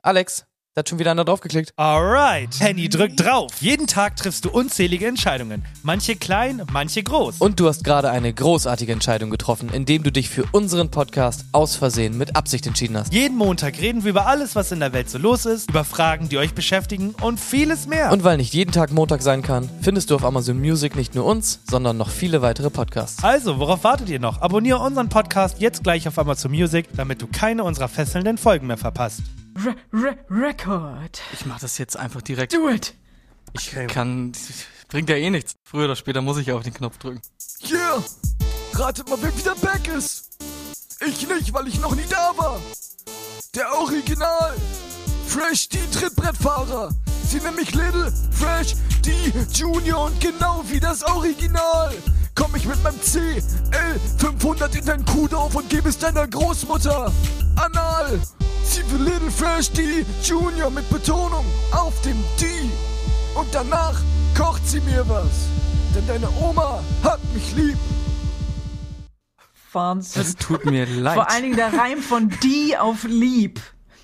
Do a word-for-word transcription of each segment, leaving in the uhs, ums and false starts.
Alex, da hat schon wieder einer draufgeklickt. Alright, Henny drückt drauf. Jeden Tag triffst du unzählige Entscheidungen. Manche klein, manche groß. Und du hast gerade eine großartige Entscheidung getroffen, indem du dich für unseren Podcast aus Versehen mit Absicht entschieden hast. Jeden Montag reden wir über alles, was in der Welt so los ist, über Fragen, die euch beschäftigen und vieles mehr. Und weil nicht jeden Tag Montag sein kann, findest du auf Amazon Music nicht nur uns, sondern noch viele weitere Podcasts. Also, worauf wartet ihr noch? Abonniere unseren Podcast jetzt gleich auf Amazon Music, damit du keine unserer fesselnden Folgen mehr verpasst. Re- Re- Record. Ich mach das jetzt einfach direkt. Do it. Ich kann... Bringt ja eh nichts. Früher oder später muss ich ja auf den Knopf drücken. Yeah! Ratet mal, wer wieder back ist. Ich nicht, weil ich noch nie da war. Der Original. Fresh D Trittbrettfahrer. Sie nennen mich Little Fresh D Junior und genau wie das Original komm ich mit meinem C L fünfhundert in dein Kuhdorf und gebe es deiner Großmutter anal. Sie will Little Fresh D Junior mit Betonung auf dem D. Und danach kocht sie mir was. Denn deine Oma hat mich lieb. Wahnsinn. Es tut mir leid. Vor allen Dingen der Reim von die auf lieb.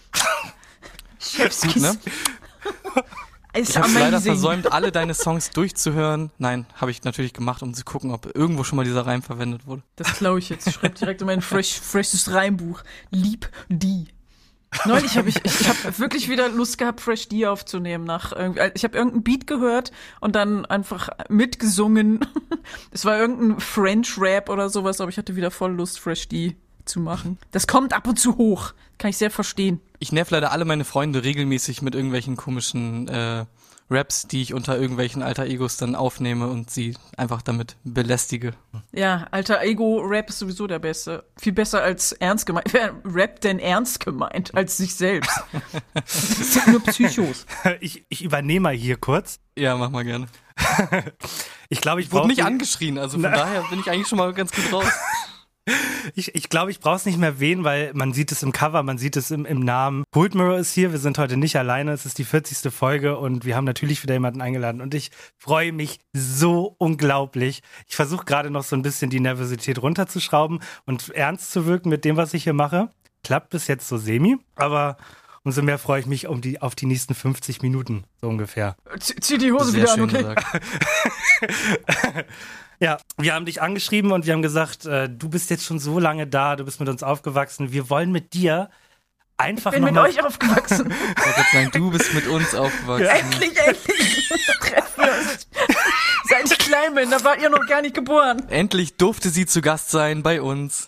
Gut, ne? Ist Ich habe amazing. leider versäumt, alle deine Songs durchzuhören. Nein, habe ich natürlich gemacht, um zu gucken, ob irgendwo schon mal dieser Reim verwendet wurde. Das klaue ich jetzt. Ich schreibe direkt in mein fresh, freshes Reimbuch. Lieb die. Neulich habe ich, ich, ich habe wirklich wieder Lust gehabt, Fresh D aufzunehmen. Nach irgendwie, ich habe irgendeinen Beat gehört und dann einfach mitgesungen. Es war irgendein French Rap oder sowas, aber ich hatte wieder voll Lust, Fresh D zu machen. Das kommt ab und zu hoch. Kann ich sehr verstehen. Ich nerv leider alle meine Freunde regelmäßig mit irgendwelchen komischen äh, Raps, die ich unter irgendwelchen Alter Egos dann aufnehme und sie einfach damit belästige. Ja, alter Ego-Rap ist sowieso der Beste. Viel besser als ernst gemeint. Wer rappt denn ernst gemeint als sich selbst? Das sind nur Psychos. Ich, ich übernehme mal hier kurz. Ja, mach mal gerne. Ich glaube, ich Ich wurde brauche nicht angeschrien, also von daher bin ich eigentlich schon mal ganz gut raus. Ich, ich glaube, ich brauche es nicht mehr erwähnen, weil man sieht es im Cover, man sieht es im, im Namen. Cold Mirror ist hier, wir sind heute nicht alleine, es ist die vierzigste Folge und wir haben natürlich wieder jemanden eingeladen und ich freue mich so unglaublich. Ich versuche gerade noch so ein bisschen die Nervosität runterzuschrauben und ernst zu wirken mit dem, was ich hier mache. Klappt bis jetzt so semi, aber umso mehr freue ich mich um die, auf die nächsten fünfzig Minuten, so ungefähr. Zieh, zieh die Hose Sehr wieder an, schön okay? gesagt. Ja, wir haben dich angeschrieben und wir haben gesagt, äh, du bist jetzt schon so lange da, du bist mit uns aufgewachsen, wir wollen mit dir einfach Ich bin noch mit mal euch aufgewachsen. Ich wollte gerade sagen, du bist mit uns aufgewachsen. Endlich, endlich. Treffen wir uns. Seit ich klein bin, da wart ihr noch gar nicht geboren. Endlich durfte sie zu Gast sein bei uns.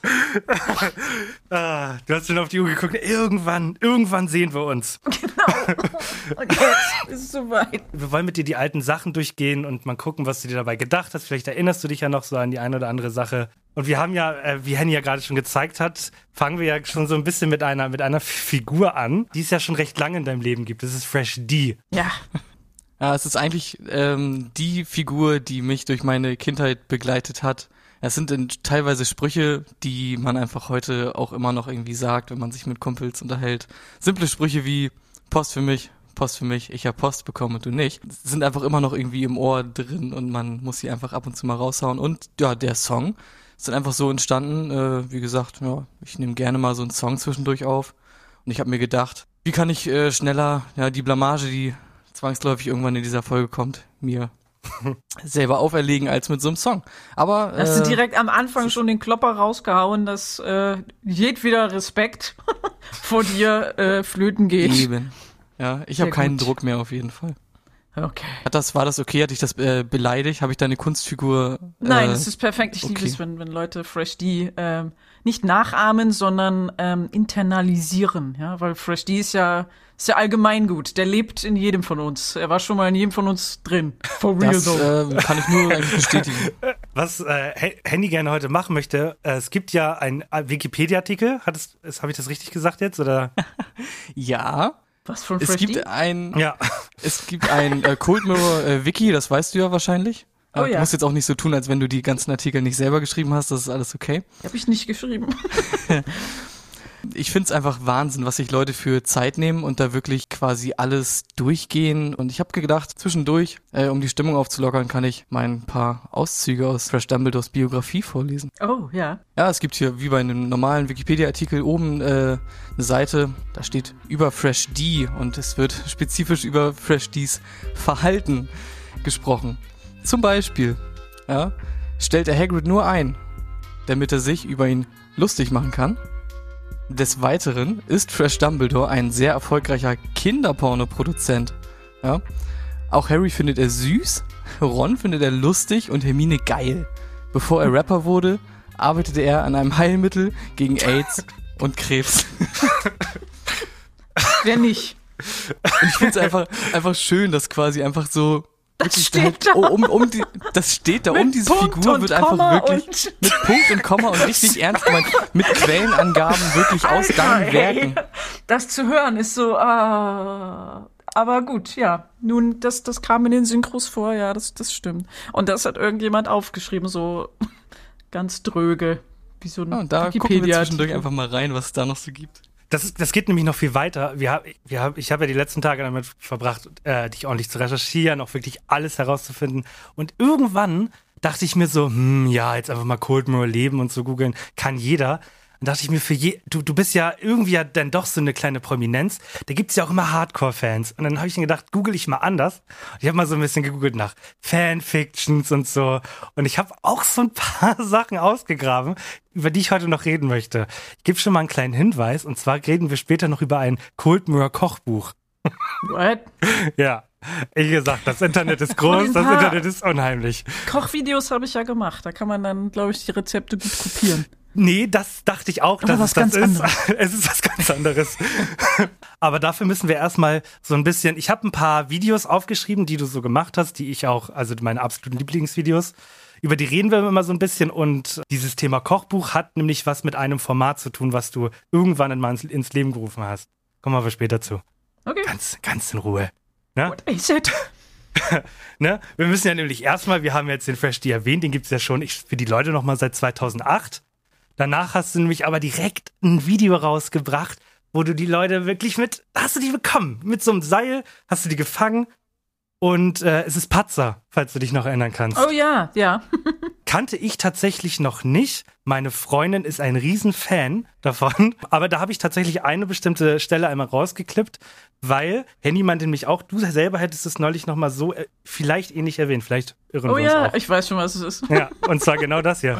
Ah, du hast schon auf die Uhr geguckt. Irgendwann, irgendwann sehen wir uns. Genau. Und jetzt ist es soweit. Wir wollen mit dir die alten Sachen durchgehen und mal gucken, was du dir dabei gedacht hast. Vielleicht erinnerst du dich ja noch so an die eine oder andere Sache. Und wir haben ja, äh, wie Henny ja gerade schon gezeigt hat, fangen wir ja schon so ein bisschen mit einer, mit einer Figur an, die es ja schon recht lange in deinem Leben gibt. Das ist Fresh D. Ja. Ja, es ist eigentlich ähm, die Figur, die mich durch meine Kindheit begleitet hat. Es sind in, teilweise Sprüche, die man einfach heute auch immer noch irgendwie sagt, wenn man sich mit Kumpels unterhält. Simple Sprüche wie Post für mich, Post für mich, ich habe Post bekommen und du nicht. Sind einfach immer noch irgendwie im Ohr drin und man muss sie einfach ab und zu mal raushauen. Und ja, der Song ist dann einfach so entstanden. Äh, wie gesagt, ja, ich nehme gerne mal so einen Song zwischendurch auf. Und ich habe mir gedacht, wie kann ich äh, schneller ja die Blamage, die zwangsläufig irgendwann in dieser Folge kommt, mir selber auferlegen als mit so einem Song. Aber äh, Hast du direkt am Anfang schon den Klopper rausgehauen, dass äh, jedweder Respekt vor dir äh, flöten geht. eben. Ja, ich habe Sehr keinen gut. Druck mehr auf jeden Fall. Okay. Hat das, war das okay? Hatte ich das äh, beleidigt? Habe ich deine Kunstfigur? Äh, Nein, es ist perfekt. Ich liebe okay. es, wenn, wenn Leute Fresh D ähm, nicht nachahmen, sondern ähm, internalisieren. Ja, weil Fresh D ist ja, ist ja allgemein gut. Der lebt in jedem von uns. Er war schon mal in jedem von uns drin. For real Das though. äh, kann ich nur eigentlich bestätigen. Was äh, Henny gerne heute machen möchte, äh, es gibt ja einen Wikipedia-Artikel. Hat es, es habe ich das richtig gesagt jetzt? Oder? Ja, Was von es Fresh D? gibt ein, Ja. es gibt ein äh, Cold Mirror äh, Wiki, das weißt du ja wahrscheinlich. Oh Aber ja. Du musst jetzt auch nicht so tun, als wenn du die ganzen Artikel nicht selber geschrieben hast. Das ist alles okay. Hab ich nicht geschrieben. Ich find's einfach Wahnsinn, was sich Leute für Zeit nehmen und da wirklich quasi alles durchgehen. Und ich habe gedacht, zwischendurch, äh, um die Stimmung aufzulockern, kann ich mal ein paar Auszüge aus Fresh Dumbledores Biografie vorlesen. Oh, ja. Ja, es gibt hier wie bei einem normalen Wikipedia-Artikel oben äh, eine Seite, da steht über Fresh D und es wird spezifisch über Fresh Ds Verhalten gesprochen. Zum Beispiel, ja, stellt er Hagrid nur ein, damit er sich über ihn lustig machen kann. Des Weiteren ist Fresh Dumbledore ein sehr erfolgreicher Kinderporno-Produzent. Ja? Auch Harry findet er süß, Ron findet er lustig und Hermine geil. Bevor er Rapper wurde, arbeitete er an einem Heilmittel gegen AIDS und Krebs. Wer nicht? Und ich finde es einfach, einfach schön, dass quasi einfach so Das wirklich steht halt, da. oh, um, um die, das steht da, um Mit diese Punkt Figur und wird einfach Komma wirklich und- mit Punkt und Komma und richtig ernst gemeint, mit Quellenangaben wirklich aus deinen ey, Werken. Das zu hören ist so, ah. Aber gut, ja. Nun, das, das kam in den Synchros vor, ja, das, das stimmt. Und das hat irgendjemand aufgeschrieben, so ganz dröge. Wie so ein Ja, und da gucken wir Wikipedia-Artikel. zwischendurch einfach mal rein, was es da noch so gibt. Das, das geht nämlich noch viel weiter. Wir hab, wir hab, ich habe ja die letzten Tage damit verbracht, äh, dich ordentlich zu recherchieren, auch wirklich alles herauszufinden. Und irgendwann dachte ich mir so, hm, ja, jetzt einfach mal Cold Mirror Leben und so googeln, kann jeder. Dann dachte ich mir, für je, du, du bist ja irgendwie ja dann doch so eine kleine Prominenz. Da gibt's ja auch immer Hardcore-Fans. Und dann habe ich mir gedacht, google ich mal anders. Und ich habe mal so ein bisschen gegoogelt nach Fanfictions und so. Und ich habe auch so ein paar Sachen ausgegraben, über die ich heute noch reden möchte. Ich gebe schon mal einen kleinen Hinweis. Und zwar reden wir später noch über ein Cold Mirror Kochbuch. What? Ja, wie gesagt, das Internet ist groß, das Internet ist unheimlich. Kochvideos habe ich ja gemacht. Da kann man dann, glaube ich, die Rezepte gut kopieren. Nee, das dachte ich auch, Aber dass was es das ganz ist. Es ist was ganz anderes. Aber dafür müssen wir erstmal so ein bisschen, ich habe ein paar Videos aufgeschrieben, die du so gemacht hast, die ich auch, also meine absoluten Lieblingsvideos, über die reden wir immer so ein bisschen. Und dieses Thema Kochbuch hat nämlich was mit einem Format zu tun, was du irgendwann in mal ins Leben gerufen hast. Kommen wir aber später zu. Okay. Ganz, ganz in Ruhe. Ne? What is it? Ne? Wir müssen ja nämlich erstmal, wir haben jetzt den Fresh D erwähnt, den gibt's ja schon ich, für die Leute nochmal seit zweitausendacht. Danach hast du nämlich aber direkt ein Video rausgebracht, wo du die Leute wirklich mit, hast du die bekommen, mit so einem Seil hast du die gefangen und äh, es ist Patzer, falls du dich noch erinnern kannst. Oh ja, ja. Kannte ich tatsächlich noch nicht. Meine Freundin ist ein Riesenfan davon, aber da habe ich tatsächlich eine bestimmte Stelle einmal rausgeklippt, weil Henny meinte nämlich auch, du selber hättest es neulich noch mal so äh, vielleicht ähnlich erwähnt, vielleicht irren Oh wir ja, uns auch. ich weiß schon, was es ist. Ja, und zwar genau das hier.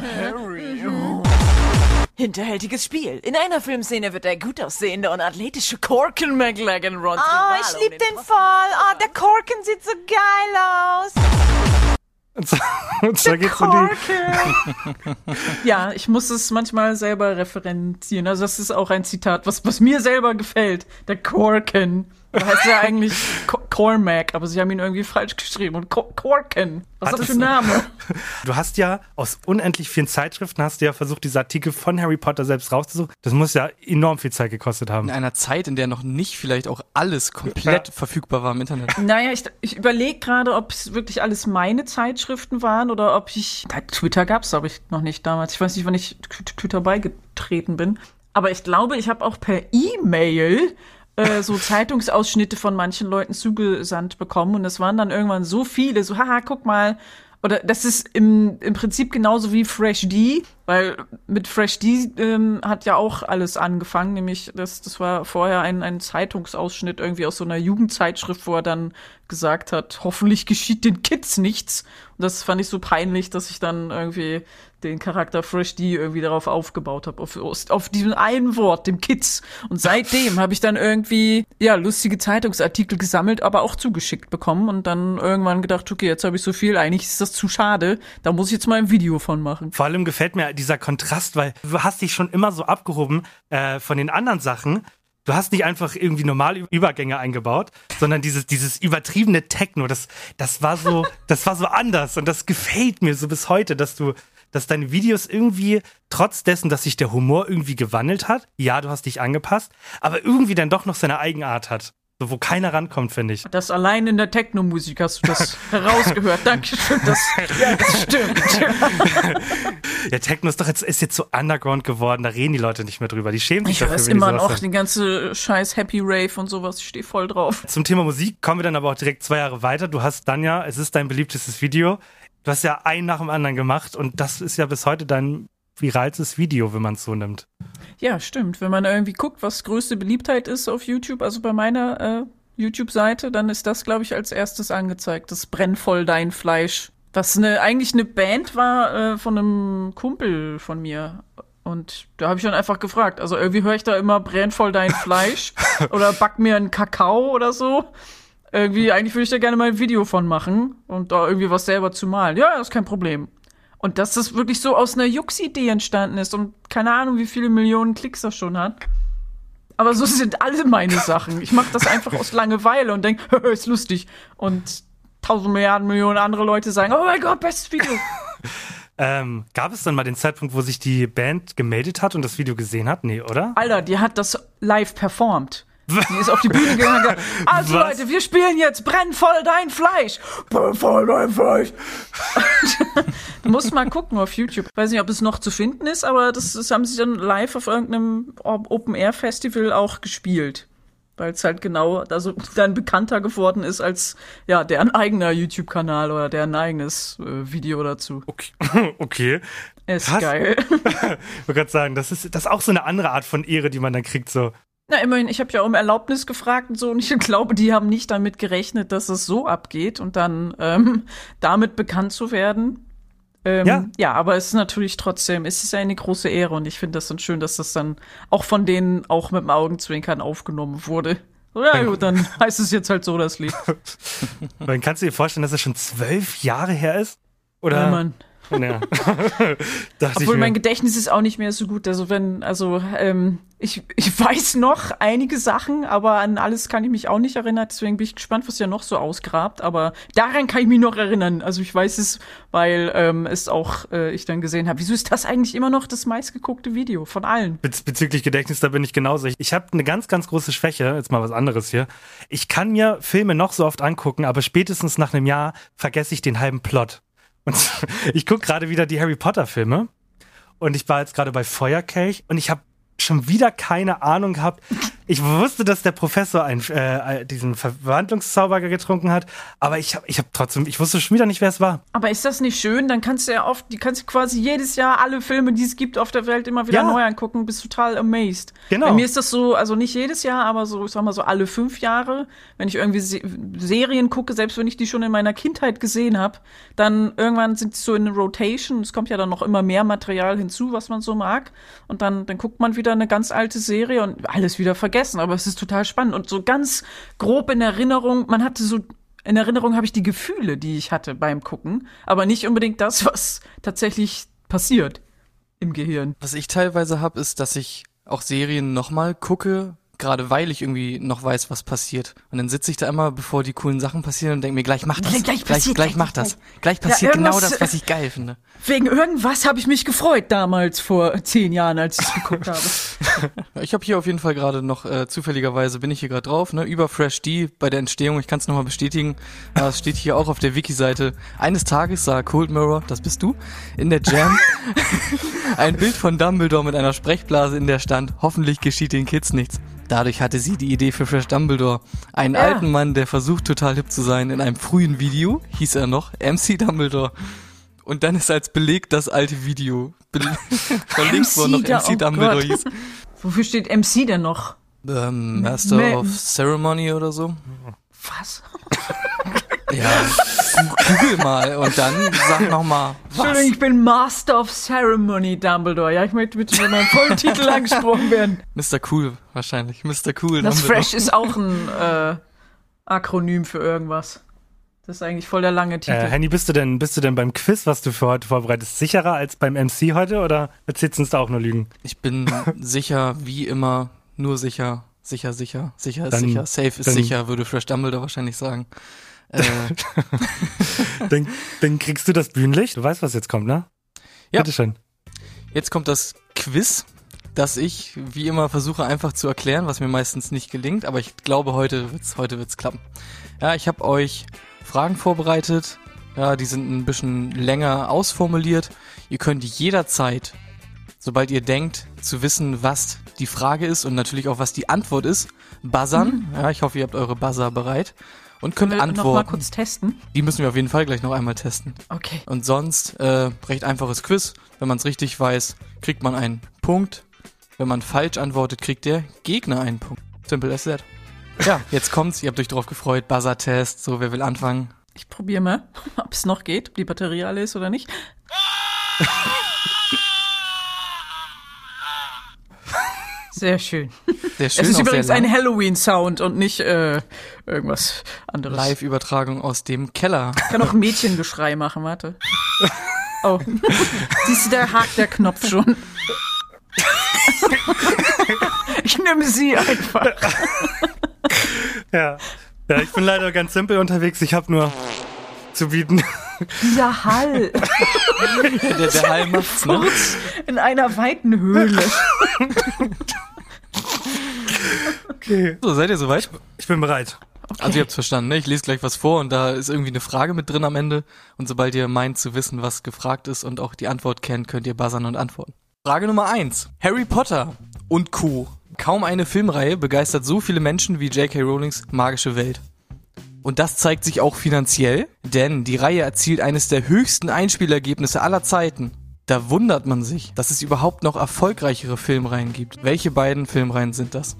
Hinterhältiges Spiel. In einer Filmszene wird der gut aussehende und athletische Corken McLaggen Rons Oh, ich lieb den voll. Oh, der Korken sieht so geil aus. Und zwar, und zwar geht's um die, Ja, ich muss es manchmal selber referenzieren. Also das ist auch ein Zitat, was, was mir selber gefällt. Der Korken. Da heißt ja eigentlich Co- Cormac, aber sie haben ihn irgendwie falsch geschrieben. Und Co- Korken. Was ist das für ein Name? Du hast ja aus unendlich vielen Zeitschriften hast du ja versucht, diese Artikel von Harry Potter selbst rauszusuchen. Das muss ja enorm viel Zeit gekostet haben. In einer Zeit, in der noch nicht vielleicht auch alles komplett Ja. verfügbar war im Internet. Naja, ich, ich überlege gerade, ob es wirklich alles meine Zeitschriften waren oder ob ich. Ja, Twitter gab es, glaube ich, noch nicht damals. Ich weiß nicht, wann ich T- Twitter beigetreten bin. Aber ich glaube, ich habe auch per E-Mail äh, so Zeitungsausschnitte von manchen Leuten zugesandt bekommen. Und es waren dann irgendwann so viele, so, haha, guck mal. Oder das ist im, im Prinzip genauso wie Fresh D, weil mit Fresh D ähm, hat ja auch alles angefangen, nämlich das, das war vorher ein, ein Zeitungsausschnitt irgendwie aus so einer Jugendzeitschrift, wo er dann gesagt hat, hoffentlich geschieht den Kids nichts. Und das fand ich so peinlich, dass ich dann irgendwie den Charakter Fresh D irgendwie darauf aufgebaut habe, auf, auf diesem einen Wort, dem Kids. Und seitdem habe ich dann irgendwie, ja, lustige Zeitungsartikel gesammelt, aber auch zugeschickt bekommen und dann irgendwann gedacht, okay, jetzt habe ich so viel, eigentlich ist das zu schade, da muss ich jetzt mal ein Video von machen. Vor allem gefällt mir dieser Kontrast, weil du hast dich schon immer so abgehoben äh, von den anderen Sachen. Du hast nicht einfach irgendwie normale Übergänge eingebaut, sondern dieses, dieses übertriebene Techno, das, das war so, das war so anders und das gefällt mir so bis heute, dass du, dass deine Videos irgendwie, trotz dessen, dass sich der Humor irgendwie gewandelt hat, ja, du hast dich angepasst, aber irgendwie dann doch noch seine Eigenart hat. so, wo keiner rankommt, finde ich. Das allein in der Techno-Musik hast du das herausgehört. Dankeschön, das, ja, das stimmt. Ja, Techno ist doch jetzt, ist jetzt so underground geworden, da reden die Leute nicht mehr drüber. Die schämen sich Ich dafür, weiß wenn die immer sowas noch sagen. den ganze scheiß Happy Rave und sowas. Ich stehe voll drauf. Zum Thema Musik kommen wir dann aber auch direkt zwei Jahre weiter. Du hast dann ja, es ist dein beliebtestes Video. Du hast ja einen nach dem anderen gemacht und das ist ja bis heute dein viralstes Video, wenn man es so nimmt. Ja, stimmt. Wenn man irgendwie guckt, was größte Beliebtheit ist auf YouTube, also bei meiner äh, YouTube-Seite, dann ist das, glaube ich, als erstes angezeigt. Das Brenn voll dein Fleisch. Was eine, eigentlich eine Band war äh, von einem Kumpel von mir. Und da habe ich dann einfach gefragt. Also irgendwie höre ich da immer Brenn voll dein Fleisch oder back mir einen Kakao oder so. Irgendwie, eigentlich würde ich da gerne mal ein Video von machen und da irgendwie was selber zu malen. Ja, das ist kein Problem. Und dass das wirklich so aus einer Jux-Idee entstanden ist und keine Ahnung, wie viele Millionen Klicks das schon hat. Aber so sind alle meine Sachen. Ich mache das einfach aus Langeweile und denke, ist lustig. Und tausend Milliarden Millionen andere Leute sagen, oh mein Gott, bestes Video. Ähm, gab es dann mal den Zeitpunkt, wo sich die Band gemeldet hat und das Video gesehen hat? Nee, oder? Alter, die hat das live performt. Die ist auf die Bühne gegangen und gesagt, also Was? Leute, wir spielen jetzt Brenn voll dein Fleisch. Brenn voll dein Fleisch. Du musst mal gucken auf YouTube. Weiß nicht, ob es noch zu finden ist, aber das, das haben sie dann live auf irgendeinem Open-Air-Festival auch gespielt. Weil es halt genau also dann bekannter geworden ist als ja deren eigener YouTube-Kanal oder deren eigenes äh, Video dazu. Okay. okay. Ist Krass. geil. Ich wollte gerade sagen, das ist, das ist auch so eine andere Art von Ehre, die man dann kriegt, so. Na, immerhin, ich habe ja um Erlaubnis gefragt und so und ich glaube, die haben nicht damit gerechnet, dass es so abgeht und dann ähm, damit bekannt zu werden. Ähm, Ja. ja, aber es ist natürlich trotzdem, es ist ja eine große Ehre und ich finde das dann schön, dass das dann auch von denen auch mit dem Augenzwinkern aufgenommen wurde. Ja gut, dann heißt es jetzt halt so, das Lied. Dann kannst du dir vorstellen, dass es schon zwölf Jahre her ist? Oder? Ja, Mann. Ja. Dachte ich Obwohl mir. mein Gedächtnis ist auch nicht mehr so gut. Also wenn, also ähm, ich, ich weiß noch einige Sachen, aber an alles kann ich mich auch nicht erinnern. Deswegen bin ich gespannt, was ihr noch so ausgrabt. Aber daran kann ich mich noch erinnern. Also ich weiß es, weil ähm, es auch äh, ich dann gesehen habe. Wieso ist das eigentlich immer noch das meistgeguckte Video von allen? Bez- bezüglich Gedächtnis, da bin ich genauso. Ich, ich habe eine ganz, ganz große Schwäche. Jetzt mal was anderes hier. Ich kann mir Filme noch so oft angucken, aber spätestens nach einem Jahr vergesse ich den halben Plot. Und ich gucke gerade wieder die Harry Potter Filme und ich war jetzt gerade bei Feuerkelch und ich habe schon wieder keine Ahnung gehabt. Ich wusste, dass der Professor einen, äh, diesen Verwandlungszauber getrunken hat, aber ich habe ich hab trotzdem, ich wusste schon wieder nicht, wer es war. Aber ist das nicht schön? Dann kannst du ja oft, die kannst du quasi jedes Jahr alle Filme, die es gibt auf der Welt, immer wieder Ja. neu angucken, bist total amazed. Genau. Bei mir ist das so, also nicht jedes Jahr, aber so, ich sag mal so alle fünf Jahre, wenn ich irgendwie Se- Serien gucke, selbst wenn ich die schon in meiner Kindheit gesehen habe, dann irgendwann sind sie so in Rotation. Es kommt ja dann noch immer mehr Material hinzu, was man so mag. Und dann, dann guckt man wieder eine ganz alte Serie und alles wieder vergessen. Aber es ist total spannend und so ganz grob in Erinnerung, man hatte so in Erinnerung habe ich die Gefühle, die ich hatte beim Gucken, aber nicht unbedingt das, was tatsächlich passiert im Gehirn. Was ich teilweise habe, ist, dass ich auch Serien nochmal gucke, gerade weil ich irgendwie noch weiß, was passiert. Und dann sitze ich da immer, bevor die coolen Sachen passieren und denke mir, gleich mach das, Gleich gleich, passiert, gleich, gleich, mach gleich, das. Gleich Ja, passiert genau irgendwas- das, was ich geil finde. Wegen irgendwas habe ich mich gefreut damals vor zehn Jahren, als ich es geguckt habe. Ich habe hier auf jeden Fall gerade noch, äh, zufälligerweise bin ich hier gerade drauf, ne, über Fresh D bei der Entstehung, ich kann es nochmal bestätigen, äh, es steht hier auch auf der Wiki-Seite, eines Tages sah Cold Mirror, das bist du, in der Jam, ein Bild von Dumbledore mit einer Sprechblase, in der stand, hoffentlich geschieht den Kids nichts. Dadurch hatte sie die Idee für Fresh Dumbledore. Einen Ja. alten Mann, der versucht total hip zu sein. In einem frühen Video hieß er noch M C Dumbledore. Und dann ist als Beleg das alte Video be- verlinkt worden, noch da- M C oh Dumbledore Gott. hieß. Wofür steht M C denn noch? Ähm, Master Ma- of Ceremony oder so. Was? Ja, google mal und dann sag noch mal was. Entschuldigung, ich bin Master of Ceremony Dumbledore. Ja, ich möchte bitte mit meinem vollen Titel angesprochen werden. Mister Cool wahrscheinlich. Mister Cool. Das Dumbledore. Fresh ist auch ein äh, Akronym für irgendwas. Das ist eigentlich voll der lange Titel. Äh, Henny, bist du denn, bist du denn beim Quiz, was du für heute vorbereitest, sicherer als beim M C heute oder erzählst du uns da auch nur Lügen? Ich bin sicher, wie immer, nur sicher, sicher, sicher, sicher ist Dann- sicher, safe ist dann- sicher, würde Fresh Dumbledore wahrscheinlich sagen. Äh, Dann, dann kriegst du das Bühnenlicht. Du weißt, was jetzt kommt, ne? Ja. Bitteschön. jetzt kommt das Quiz dass ich wie immer versuche einfach zu erklären, was mir meistens nicht gelingt, aber ich glaube, heute wird's, heute wird's klappen. Ja, ich habe euch Fragen vorbereitet. Ja, die sind ein bisschen länger ausformuliert. Ihr könnt jederzeit, sobald ihr denkt, zu wissen, was die Frage ist und natürlich auch, was die Antwort ist, buzzern. Mhm. Ja, ich hoffe, ihr habt eure Buzzer bereit und könnt Können wir antworten. noch mal kurz testen? Die müssen wir auf jeden Fall gleich noch einmal testen. Okay. Und sonst, äh, recht einfaches Quiz. Wenn man es richtig weiß, kriegt man einen Punkt. Wenn man falsch antwortet, kriegt der Gegner einen Punkt. Simple as that. Ja, jetzt kommt's. Ihr habt euch drauf gefreut. Buzzer-Test. So, wer will anfangen? Ich probiere mal, ob es noch geht, ob die Batterie alle ist oder nicht. Sehr schön. Sehr schön. Es ist auch übrigens sehr ein lang. Halloween-Sound und nicht äh, irgendwas anderes. Live-Übertragung aus dem Keller. Ich kann auch ein Mädchengeschrei machen, warte. Oh, siehst du, da hakt der Knopf schon. Ich nehme sie einfach. Ja. Ja, ich bin leider ganz simpel unterwegs. Ich habe nur zu bieten. Dieser Hall. der, der Hall macht's, ne? Furz in einer weiten Höhle. Okay. So, seid ihr soweit? Ich bin bereit. Okay. Also ihr habt's verstanden, ne? Ich lese gleich was vor und da ist irgendwie eine Frage mit drin am Ende. Und sobald ihr meint zu wissen, was gefragt ist und auch die Antwort kennt, könnt ihr buzzern und antworten. Frage Nummer eins. Harry Potter und Co. Kaum eine Filmreihe begeistert so viele Menschen wie J K. Rowlings magische Welt. Und das zeigt sich auch finanziell, denn die Reihe erzielt eines der höchsten Einspielergebnisse aller Zeiten. Da wundert man sich, dass es überhaupt noch erfolgreichere Filmreihen gibt. Welche beiden Filmreihen sind das?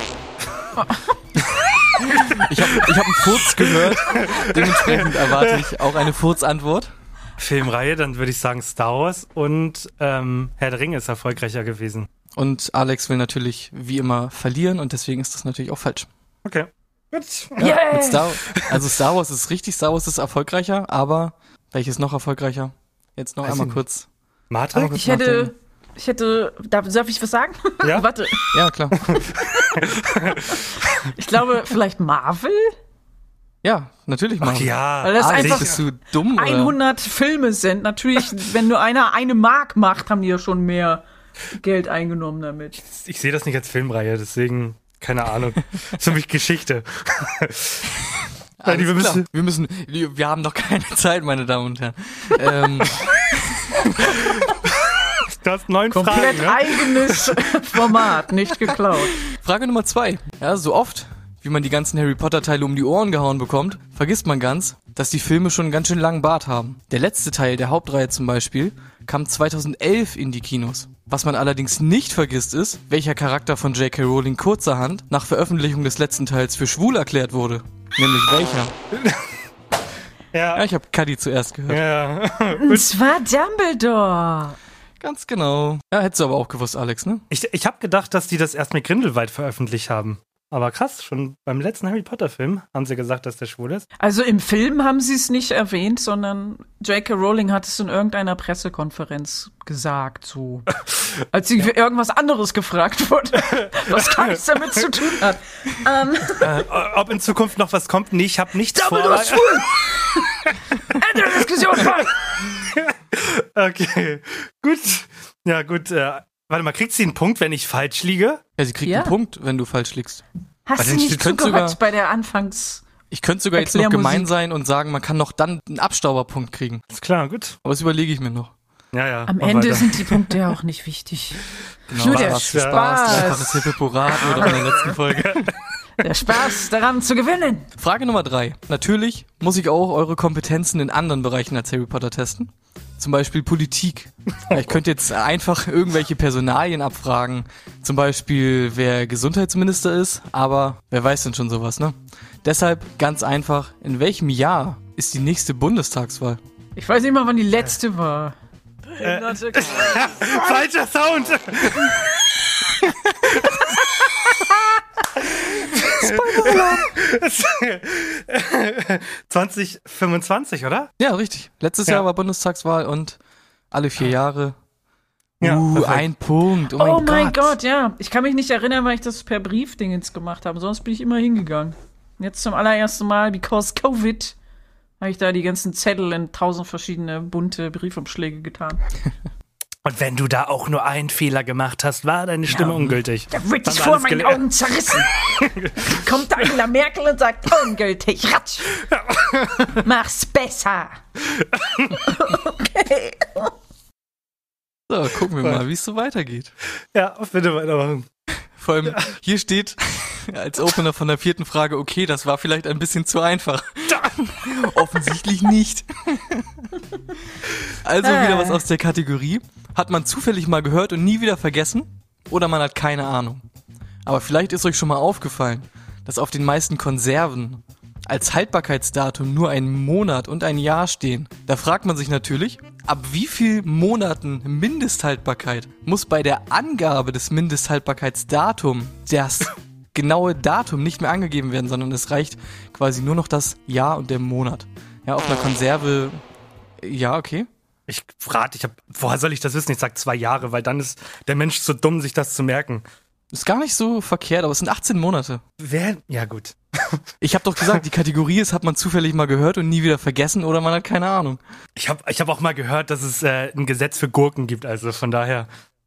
Ich habe ich hab einen Furz gehört, dementsprechend erwarte ich auch eine Furzantwort. Filmreihe, dann würde ich sagen Star Wars und ähm, Herr der Ringe ist erfolgreicher gewesen. Und Alex will natürlich wie immer verlieren und deswegen ist das natürlich auch falsch. Okay. Gut. Ja, mit Star, also Star Wars ist richtig, Star Wars ist erfolgreicher, aber welches noch erfolgreicher? Jetzt noch Weiß einmal ich kurz. Matrix? Ich hätte, ich hätte, darf, darf ich was sagen? Ja? Warte, Ja, klar. ich glaube vielleicht Marvel? Ja, natürlich Ach Marvel. ja. Weil das Alex, einfach bist du dumm oder? hundert Filme sind. Natürlich, wenn nur einer eine Mark macht, haben die ja schon mehr Geld eingenommen damit. Ich sehe das nicht als Filmreihe, deswegen, keine Ahnung. Das ist für mich Geschichte. Alles wir klar. müssen- wir müssen, wir haben noch keine Zeit, meine Damen und Herren. ähm, Du hast neun Komplett Fragen, ne? eigenes Format, nicht geklaut. Frage Nummer zwei. Ja, so oft, wie man die ganzen Harry Potter Teile um die Ohren gehauen bekommt, vergisst man ganz, dass die Filme schon einen ganz schön langen Bart haben. Der letzte Teil der Hauptreihe zum Beispiel kam zweitausendelf in die Kinos. Was man allerdings nicht vergisst ist, welcher Charakter von J K. Rowling kurzerhand nach Veröffentlichung des letzten Teils für schwul erklärt wurde. Nämlich welcher? Ja, Ja. ich habe Cuddy zuerst gehört. Ja. Und zwar Dumbledore. Ganz genau. Ja, hättest du aber auch gewusst, Alex, ne? Ich, ich habe gedacht, dass die das erst mit Grindelwald veröffentlicht haben. Aber krass, schon beim letzten Harry Potter Film haben sie gesagt, dass der schwul ist. Also im Film haben sie es nicht erwähnt, sondern J K. Rowling hat es in irgendeiner Pressekonferenz gesagt, so. Als sie für irgendwas anderes gefragt wurde, was gar nichts damit zu tun hat. Ähm, Äh, ob in Zukunft noch was kommt? Nee, ich habe nichts vor. Dumbledore ist schwul! Ende der Diskussion! Okay, gut. Ja, gut. Äh, warte mal, kriegt sie einen Punkt, wenn ich falsch liege? Ja, sie kriegt Ja. einen Punkt, wenn du falsch liegst. Hast Warte, du nicht ich könnte zugehört sogar- bei der Anfangs... Ich könnte sogar jetzt noch Erklärmusik. gemein sein und sagen, man kann noch dann einen Abstauberpunkt kriegen. Ist klar, gut. Aber das überlege ich mir noch. Ja, ja. Am mach Ende weiter. sind die Punkte ja auch nicht wichtig. Genau, Nur der Spaß, Spaß. Spaß. Einfaches Hippoporat oder in der letzten Folge. Der Spaß daran zu gewinnen. Frage Nummer drei. Natürlich muss ich auch eure Kompetenzen in anderen Bereichen als Harry Potter testen. Zum Beispiel Politik. Ja, ich könnte jetzt einfach irgendwelche Personalien abfragen. Zum Beispiel, wer Gesundheitsminister ist. Aber wer weiß denn schon sowas, ne? Deshalb ganz einfach, in welchem Jahr ist die nächste Bundestagswahl? Ich weiß nicht mal, wann die letzte war. Behinderte Falscher Sound! zwanzig fünfundzwanzig, oder? Ja, richtig. Letztes Ja. Jahr war Bundestagswahl und alle vier Jahre. Ja, uh, perfekt. ein Punkt. Oh mein, Oh Gott. mein Gott, ja. Ich kann mich nicht erinnern, weil ich das per Briefdingens gemacht habe. Sonst bin ich immer hingegangen. Jetzt zum allerersten Mal, because Covid, habe ich da die ganzen Zettel in tausend verschiedene bunte Briefumschläge getan. Und wenn du da auch nur einen Fehler gemacht hast, war deine Stimme Ja. ungültig. Da wird Dann dich war vor alles meinen gele- Augen zerrissen. Kommt Angela Merkel und sagt, ungültig, ratsch. Mach's besser. Okay. So, gucken wir mal, wie es so weitergeht. Ja, bitte weitermachen. Vor allem, hier steht als Opener von der vierten Frage, okay, das war vielleicht ein bisschen zu einfach. Offensichtlich nicht. Also wieder was aus der Kategorie. Hat man zufällig mal gehört und nie wieder vergessen? Oder man hat keine Ahnung? Aber vielleicht ist euch schon mal aufgefallen, dass auf den meisten Konserven als Haltbarkeitsdatum nur ein Monat und ein Jahr stehen. Da fragt man sich natürlich, ab wie viel Monaten Mindesthaltbarkeit muss bei der Angabe des Mindesthaltbarkeitsdatums das genaue Datum nicht mehr angegeben werden, sondern es reicht quasi nur noch das Jahr und der Monat. Ja, auf einer Konserve, ja, okay. Ich frage, ich hab, woher soll ich das wissen? Ich sag zwei Jahre, weil dann ist der Mensch zu dumm, sich das zu merken. Ist gar nicht so verkehrt, aber es sind achtzehn Monate. Wer? Ja, gut. Ich habe doch gesagt, die Kategorie ist, hat man zufällig mal gehört und nie wieder vergessen oder man hat keine Ahnung. Ich habe ich hab auch mal gehört, dass es äh, ein Gesetz für Gurken gibt, also von daher.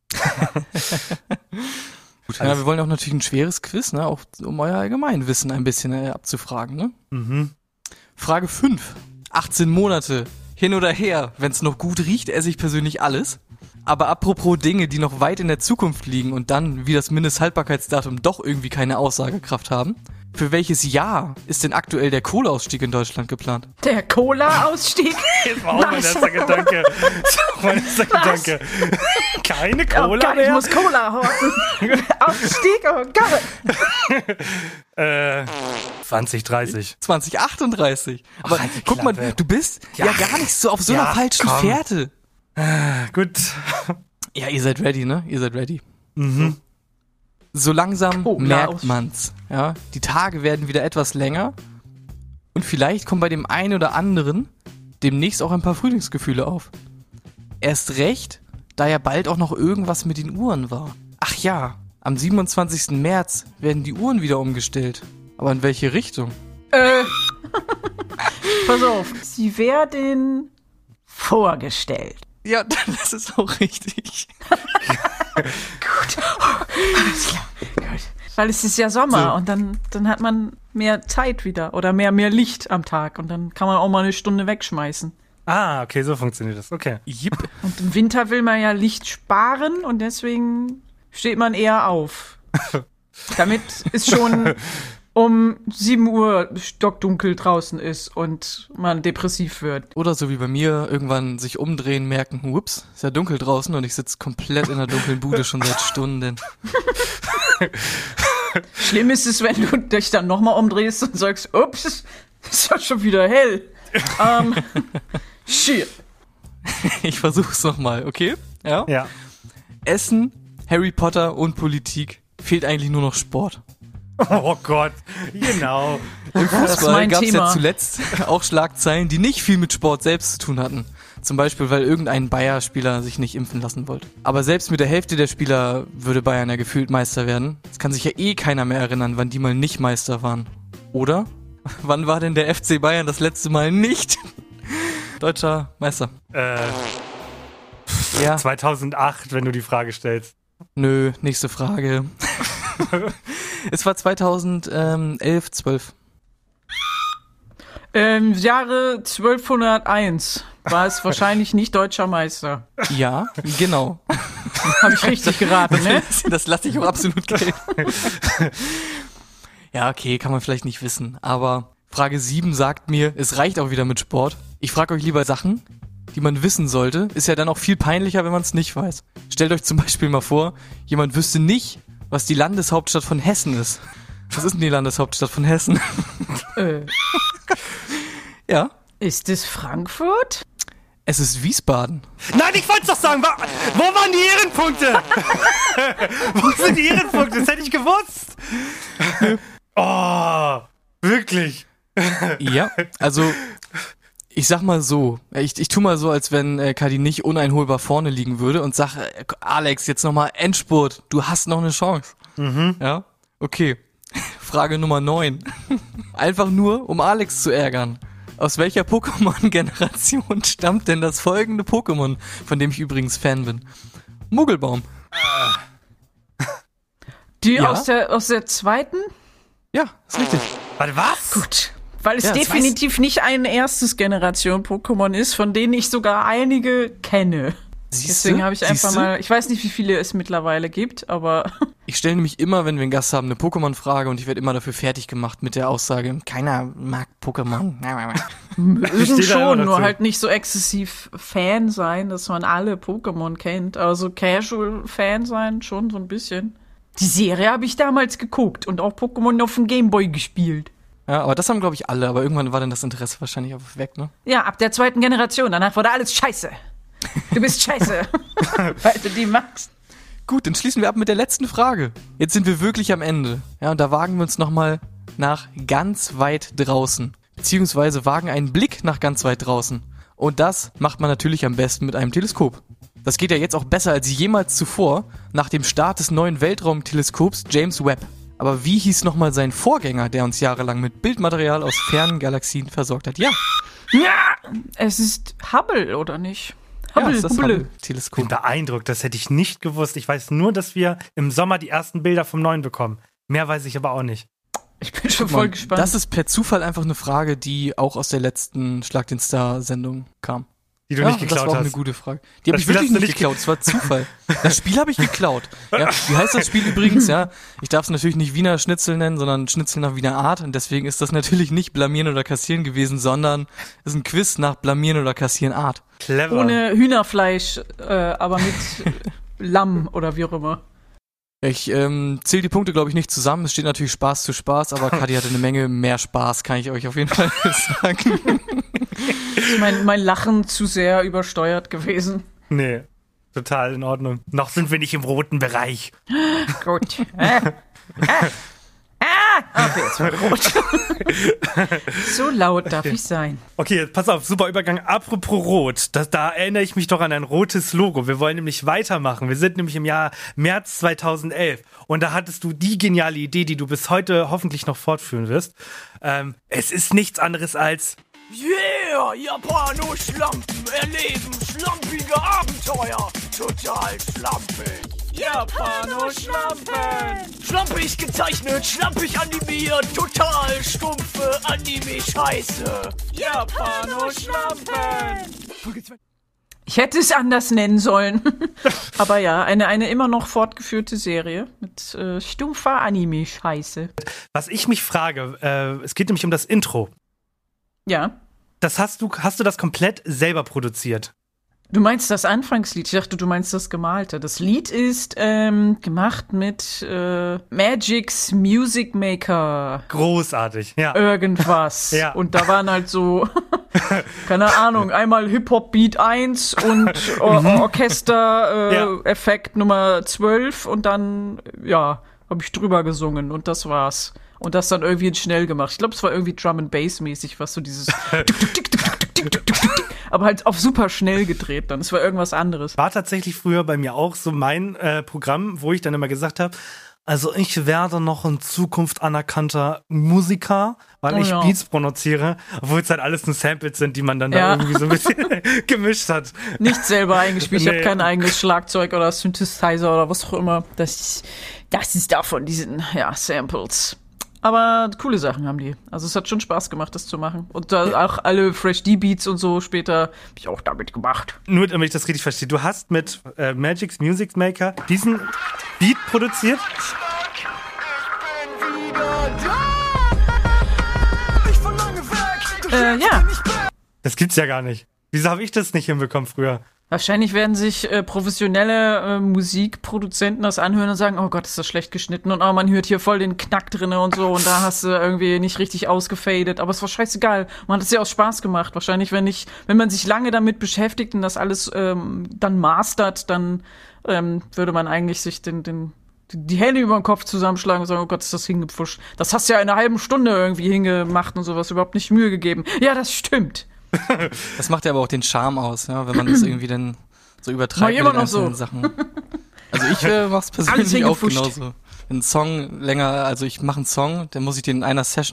Gut, ja, wir wollen auch natürlich ein schweres Quiz, ne, auch um euer Allgemeinwissen ein bisschen äh, abzufragen, ne? Mhm. Frage fünf. achtzehn Monate, hin oder her, wenn es noch gut riecht, esse ich persönlich alles. Aber apropos Dinge, die noch weit in der Zukunft liegen und dann, wie das Mindesthaltbarkeitsdatum, doch irgendwie keine Aussagekraft haben. Für welches Jahr ist denn aktuell der Kohleausstieg in Deutschland geplant? Der Cola-Ausstieg? Das war auch mein Was? erster Gedanke. Das war auch mein erster Gedanke. Keine Oh Cola Gott, ich mehr? muss Cola horten. Ausstieg, oh Gott. Äh, zwanzig dreißig. zwanzig achtunddreißig. Aber halt die guck mal, Klappe. du bist ja, Ja. gar nicht so auf so Ja, einer falschen komm. Fährte. Gut. Ja, ihr seid ready, ne? Ihr seid ready. Mhm. So langsam Cola merkt aus- man's. Ja, die Tage werden wieder etwas länger und vielleicht kommen bei dem einen oder anderen demnächst auch ein paar Frühlingsgefühle auf. Erst recht, da ja bald auch noch irgendwas mit den Uhren war. Ach ja, am siebenundzwanzigsten März werden die Uhren wieder umgestellt. Aber in welche Richtung? Äh. Pass auf. Sie werden vorgestellt. Ja, das ist auch richtig. Gut. Alles klar. Gut. Weil es ist ja Sommer So. und dann, dann hat man mehr Zeit wieder oder mehr, mehr Licht am Tag und dann kann man auch mal eine Stunde wegschmeißen. Ah, okay, so funktioniert das. Okay. Jipp. Und im Winter will man ja Licht sparen und deswegen steht man eher auf. Damit es schon um sieben Uhr stockdunkel draußen ist und man depressiv wird. Oder so wie bei mir, irgendwann sich umdrehen, merken, ups, ist ja dunkel draußen und ich sitze komplett in der dunklen Bude schon seit Stunden. Schlimm ist es, wenn du dich dann nochmal umdrehst und sagst, ups, ist ja schon wieder hell. Ähm, shit. Ich versuch's nochmal, okay? Ja? Ja. Essen, Harry Potter und Politik. Fehlt eigentlich nur noch Sport. Oh Gott. Genau. Im ist Fußball mein gab's Thema. ja zuletzt auch Schlagzeilen, die nicht viel mit Sport selbst zu tun hatten. Zum Beispiel, weil irgendein Bayer-Spieler sich nicht impfen lassen wollte. Aber selbst mit der Hälfte der Spieler würde Bayern ja gefühlt Meister werden. Es kann sich ja eh keiner mehr erinnern, wann die mal nicht Meister waren. Oder? Wann war denn der F C Bayern das letzte Mal nicht deutscher Meister? Äh, Ja, zweitausendacht, wenn du die Frage stellst. nö, nächste Frage. Es war zweitausendelf, zwölf. Im Jahre zwölfhunderteins war es wahrscheinlich nicht deutscher Meister. Ja, genau. Habe ich richtig geraten, ne? Das lasse ich auch absolut gelten. Ja, okay, kann man vielleicht nicht wissen. Aber Frage sieben sagt mir, es reicht auch wieder mit Sport. Ich frage euch lieber Sachen, die man wissen sollte. Ist ja dann auch viel peinlicher, wenn man es nicht weiß. Stellt euch zum Beispiel mal vor, jemand wüsste nicht, was die Landeshauptstadt von Hessen ist. Was ist denn die Landeshauptstadt von Hessen? Äh, Ja, ist es Frankfurt? es ist Wiesbaden. Nein, ich wollte es doch sagen. Wa- Wo waren die Ehrenpunkte? Wo sind die Ehrenpunkte? Das hätte ich gewusst. Oh, wirklich. Ja, also ich sag mal so, ich, ich tu mal so, als wenn äh, Kadi nicht uneinholbar vorne liegen würde und sag, äh, Alex, jetzt nochmal Endspurt, du hast noch eine Chance. Mhm. Ja, okay. Frage Nummer neun. Einfach nur, um Alex zu ärgern. Aus welcher Pokémon-Generation stammt denn das folgende Pokémon, von dem ich übrigens Fan bin? Muggelbaum. Die Ja? aus der aus der zweiten? Ja, ist richtig. Warte, was? Gut. Weil es Ja, das definitiv nicht ein erstes Generation-Pokémon ist, von denen ich sogar einige kenne. Siehste? Deswegen habe ich einfach Siehste? mal, ich weiß nicht, wie viele es mittlerweile gibt, aber Ich stelle nämlich immer, wenn wir einen Gast haben, eine Pokémon-Frage und ich werde immer dafür fertig gemacht mit der Aussage, keiner mag Pokémon. mögen stehe da schon, immer nur dazu. halt nicht so exzessiv Fan sein, dass man alle Pokémon kennt. Aber so Casual-Fan sein, schon so ein bisschen. Die Serie habe ich damals geguckt und auch Pokémon auf dem Gameboy gespielt. Ja, aber das haben, glaube ich, alle. Aber irgendwann war dann das Interesse wahrscheinlich auch weg, ne? Ja, ab der zweiten Generation. Danach wurde alles scheiße. Du bist scheiße, weil du die magst. Gut, dann schließen wir ab mit der letzten Frage. Jetzt sind wir wirklich am Ende. Ja, und da wagen wir uns nochmal nach ganz weit draußen. Beziehungsweise wagen einen Blick nach ganz weit draußen. Und das macht man natürlich am besten mit einem Teleskop. Das geht ja jetzt auch besser als jemals zuvor, nach dem Start des neuen Weltraumteleskops James Webb. Aber wie hieß nochmal sein Vorgänger, der uns jahrelang mit Bildmaterial aus fernen Galaxien versorgt hat? Ja, Ja, es ist Hubble, oder nicht? ja Hubble, ist das Hubble. Ich bin Hubble-Teleskop. beeindruckt, das hätte ich nicht gewusst. Ich weiß nur, dass wir im Sommer die ersten Bilder vom neuen bekommen. Mehr weiß ich aber auch nicht. Ich bin schon voll Mann, gespannt. Das ist per Zufall einfach eine Frage, die auch aus der letzten Schlag den Star-Sendung kam. Die du ja, nicht geklaut das war auch eine hast. gute Frage. Die habe Das ich Spiel wirklich hast du nicht nicht geklaut, das war Zufall. Das Spiel habe ich geklaut. Ja, wie heißt das Spiel übrigens? Ja, ich darf es natürlich nicht Wiener Schnitzel nennen, sondern Schnitzel nach Wiener Art. Und deswegen ist das natürlich nicht Blamieren oder Kassieren gewesen, sondern es ist ein Quiz nach Blamieren oder Kassieren Art. Clever. Ohne Hühnerfleisch, äh, aber mit Lamm oder wie auch immer. Ich ähm, zähle die Punkte, glaube ich, nicht zusammen. Es steht natürlich Spaß zu Spaß, aber Kadi hatte eine Menge mehr Spaß, kann ich euch auf jeden Fall sagen. Ist mein, mein Lachen zu sehr übersteuert gewesen. Nee, total in Ordnung. Noch sind wir nicht im roten Bereich. Gut. Äh. Ah. Ah. Okay, jetzt war rot. So laut darf ich sein. Okay, pass auf, super Übergang. Apropos Rot, das, da erinnere ich mich doch an ein rotes Logo. Wir wollen nämlich weitermachen. Wir sind nämlich im Jahr März zweitausendelf und da hattest du die geniale Idee, die du bis heute hoffentlich noch fortführen wirst. Ähm, es ist nichts anderes als Yeah, Japano-Schlampen erleben schlampige Abenteuer. Total schlampig. Japano-Schlampen. Schlampig gezeichnet, schlampig animiert, total stumpfe Anime-Scheiße. Japano-Schlampen. Ich hätte es anders nennen sollen. Aber ja, eine, eine immer noch fortgeführte Serie mit äh, stumpfer Anime-Scheiße. was ich mich frage, äh, es geht nämlich um das Intro. Ja. Das hast du, hast du das komplett selber produziert? Du meinst das Anfangslied? Ich dachte, du meinst das Gemalte. Das Lied ist ähm, gemacht mit äh, Magic's Music Maker. Großartig, ja. Irgendwas. Ja. Und da waren halt so, keine Ahnung, einmal Hip-Hop-Beat eins und Or- Orchester-Effekt Ja. Nummer zwölf und dann, ja, habe ich drüber gesungen und das war's. Und das dann irgendwie in schnell gemacht. Ich glaube, es war irgendwie Drum and Bass mäßig, was so dieses aber halt auf super schnell gedreht dann. Es war irgendwas anderes. War tatsächlich früher bei mir auch so mein äh, Programm, wo ich dann immer gesagt habe, also ich werde noch in Zukunft anerkannter Musiker, weil Oh ich ja. Beats produziere, obwohl es halt alles nur Samples sind, die man dann Ja. da irgendwie so ein bisschen gemischt hat. Nicht selber eingespielt. Ich Nee. habe kein eigenes Schlagzeug oder Synthesizer oder was auch immer. Das ist, das ist davon, diesen, ja, Samples. Aber coole Sachen haben die. Also es hat schon Spaß gemacht, das zu machen. Und da auch alle Fresh D-Beats und so später habe ich auch damit gemacht. Nur damit ich das richtig verstehe, du hast mit äh, Magic's Music Maker diesen Beat produziert? Ich verlange weg. Äh, ja. Das gibt's ja gar nicht. Wieso habe ich das nicht hinbekommen früher? Wahrscheinlich werden sich äh, professionelle äh, Musikproduzenten das anhören und sagen, oh Gott, ist das schlecht geschnitten und oh, man hört hier voll den Knack drinne und so und da hast du irgendwie nicht richtig ausgefadet, aber es war scheißegal. Man hat es ja aus Spaß gemacht. Wahrscheinlich, wenn ich, wenn man sich lange damit beschäftigt und das alles ähm, dann mastert, dann ähm, würde man eigentlich sich den, den die Hände über den Kopf zusammenschlagen und sagen, oh Gott, ist das hingepfuscht. Das hast du ja in einer halben Stunde irgendwie hingemacht und sowas, überhaupt nicht Mühe gegeben. Ja, das stimmt. Das macht ja aber auch den Charme aus, ja, wenn man das irgendwie dann so Mach übertreibt ich mit immer den noch einzelnen so. Sachen. Also ich äh, mach's persönlich auch hingepfuscht. genauso. Wenn ein Song länger, also ich mache einen Song, dann muss ich den in einer Session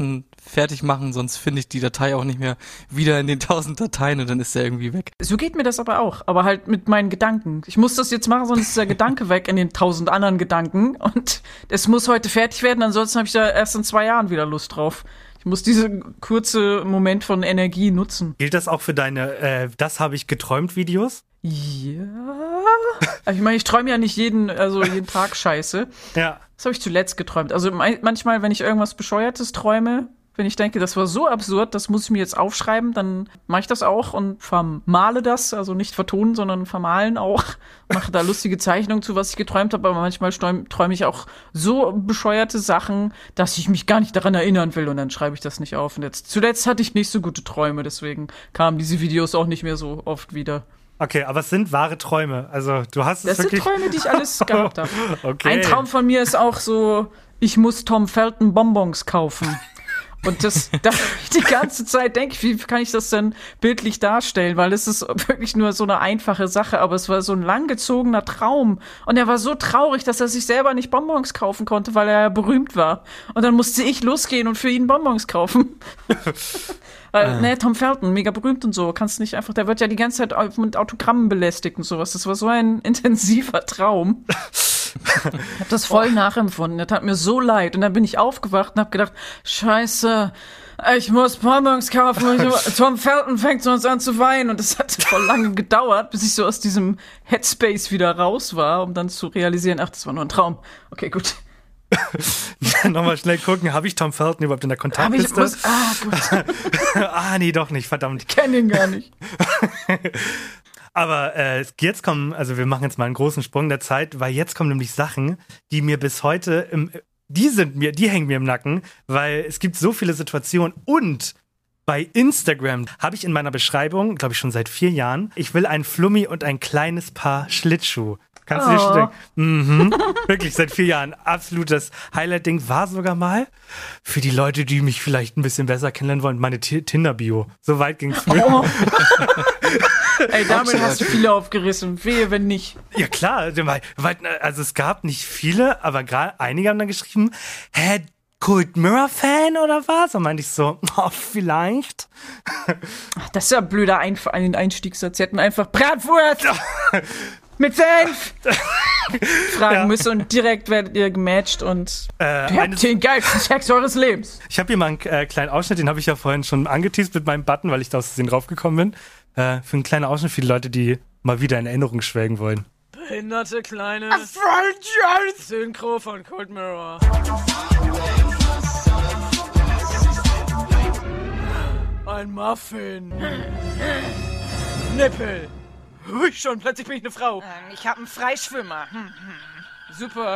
fertig machen, sonst finde ich die Datei auch nicht mehr wieder in den tausend Dateien und dann ist der irgendwie weg. So geht mir das aber auch, aber halt mit meinen Gedanken. Ich muss das jetzt machen, sonst ist der Gedanke weg in den tausend anderen Gedanken und es muss heute fertig werden, ansonsten habe ich da erst in zwei Jahren wieder Lust drauf. Ich muss diesen kurze Moment von Energie nutzen. Gilt das auch für deine äh, Das habe ich geträumt Videos? Ja. Also ich meine, ich träume ja nicht jeden, also jeden Tag Scheiße. Ja. Das habe ich zuletzt geträumt. Also manchmal, wenn ich irgendwas Bescheuertes träume, wenn ich denke, das war so absurd, das muss ich mir jetzt aufschreiben, dann mache ich das auch und vermale das, also nicht vertonen, sondern vermalen auch. Mache da lustige Zeichnungen zu, was ich geträumt habe, aber manchmal träume ich auch so bescheuerte Sachen, dass ich mich gar nicht daran erinnern will und dann schreibe ich das nicht auf. Und jetzt zuletzt hatte ich nicht so gute Träume, deswegen kamen diese Videos auch nicht mehr so oft wieder. Okay, aber es sind wahre Träume. Also du hast es das wirklich... Das sind Träume, die ich alles gehabt habe. Okay. Ein Traum von mir ist auch so, ich muss Tom Felton Bonbons kaufen. Und das, da die ganze Zeit denke ich, wie kann ich das denn bildlich darstellen? Weil es ist wirklich nur so eine einfache Sache, aber es war so ein langgezogener Traum. Und er war so traurig, dass er sich selber nicht Bonbons kaufen konnte, weil er ja berühmt war. Und dann musste ich losgehen und für ihn Bonbons kaufen. Weil, ah. ne, Tom Felton, mega berühmt und so, kannst nicht einfach, der wird ja die ganze Zeit mit Autogrammen belästigt und sowas. Das war so ein intensiver Traum. Ich hab das voll oh. nachempfunden. Das tat mir so leid. Und dann bin ich aufgewacht und hab gedacht, scheiße, ich muss Bonbons kaufen. Ich, Tom Felton fängt sonst an zu weinen. Und das hat voll lange gedauert, bis ich so aus diesem Headspace wieder raus war, um dann zu realisieren, ach, das war nur ein Traum. Okay, gut. Nochmal schnell gucken, habe ich Tom Felton überhaupt in der Kontaktliste? Hab ich, muss, ah, gut. ah, nee, doch nicht, verdammt. Ich kenne ihn gar nicht. Aber äh, jetzt kommen, also wir machen jetzt mal einen großen Sprung der Zeit, weil jetzt kommen nämlich Sachen, die mir bis heute, im, die sind mir, die hängen mir im Nacken, weil es gibt so viele Situationen und bei Instagram habe ich in meiner Beschreibung, glaube ich schon seit vier Jahren, ich will ein Flummi und ein kleines Paar Schlittschuh. Kannst du dir schon denken? Mhm. Wirklich, seit vier Jahren. Absolutes Highlight-Ding war sogar mal für die Leute, die mich vielleicht ein bisschen besser kennenlernen wollen, meine T- Tinder-Bio. So weit ging es früher. Oh. Ey, damit hast du viele aufgerissen. Wehe, wenn nicht. Ja, klar. Also es gab nicht viele, aber gerade einige haben dann geschrieben, hä, Cold Mirror-Fan oder was? Und meinte ich so, oh, vielleicht. Ach, das ist ja ein blöder Einf- ein Einstiegssatz. Sie hätten einfach Bratwurst mit Senf fragen ja. müssen und direkt werdet ihr gematcht und äh, du habt den geilsten Sex eures Lebens. Ich habe hier mal einen äh, kleinen Ausschnitt, den habe ich ja vorhin schon angeteased mit meinem Button, weil ich da aus Versehen draufgekommen bin. Äh, für einen kleinen Ausschnitt für die Leute, die mal wieder in Erinnerung schwelgen wollen. Behinderte kleine Synchro von Cold Mirror. Ein Muffin. Nippel. Hui, schon, plötzlich bin ich eine Frau. Ich hab einen Freischwimmer. Super.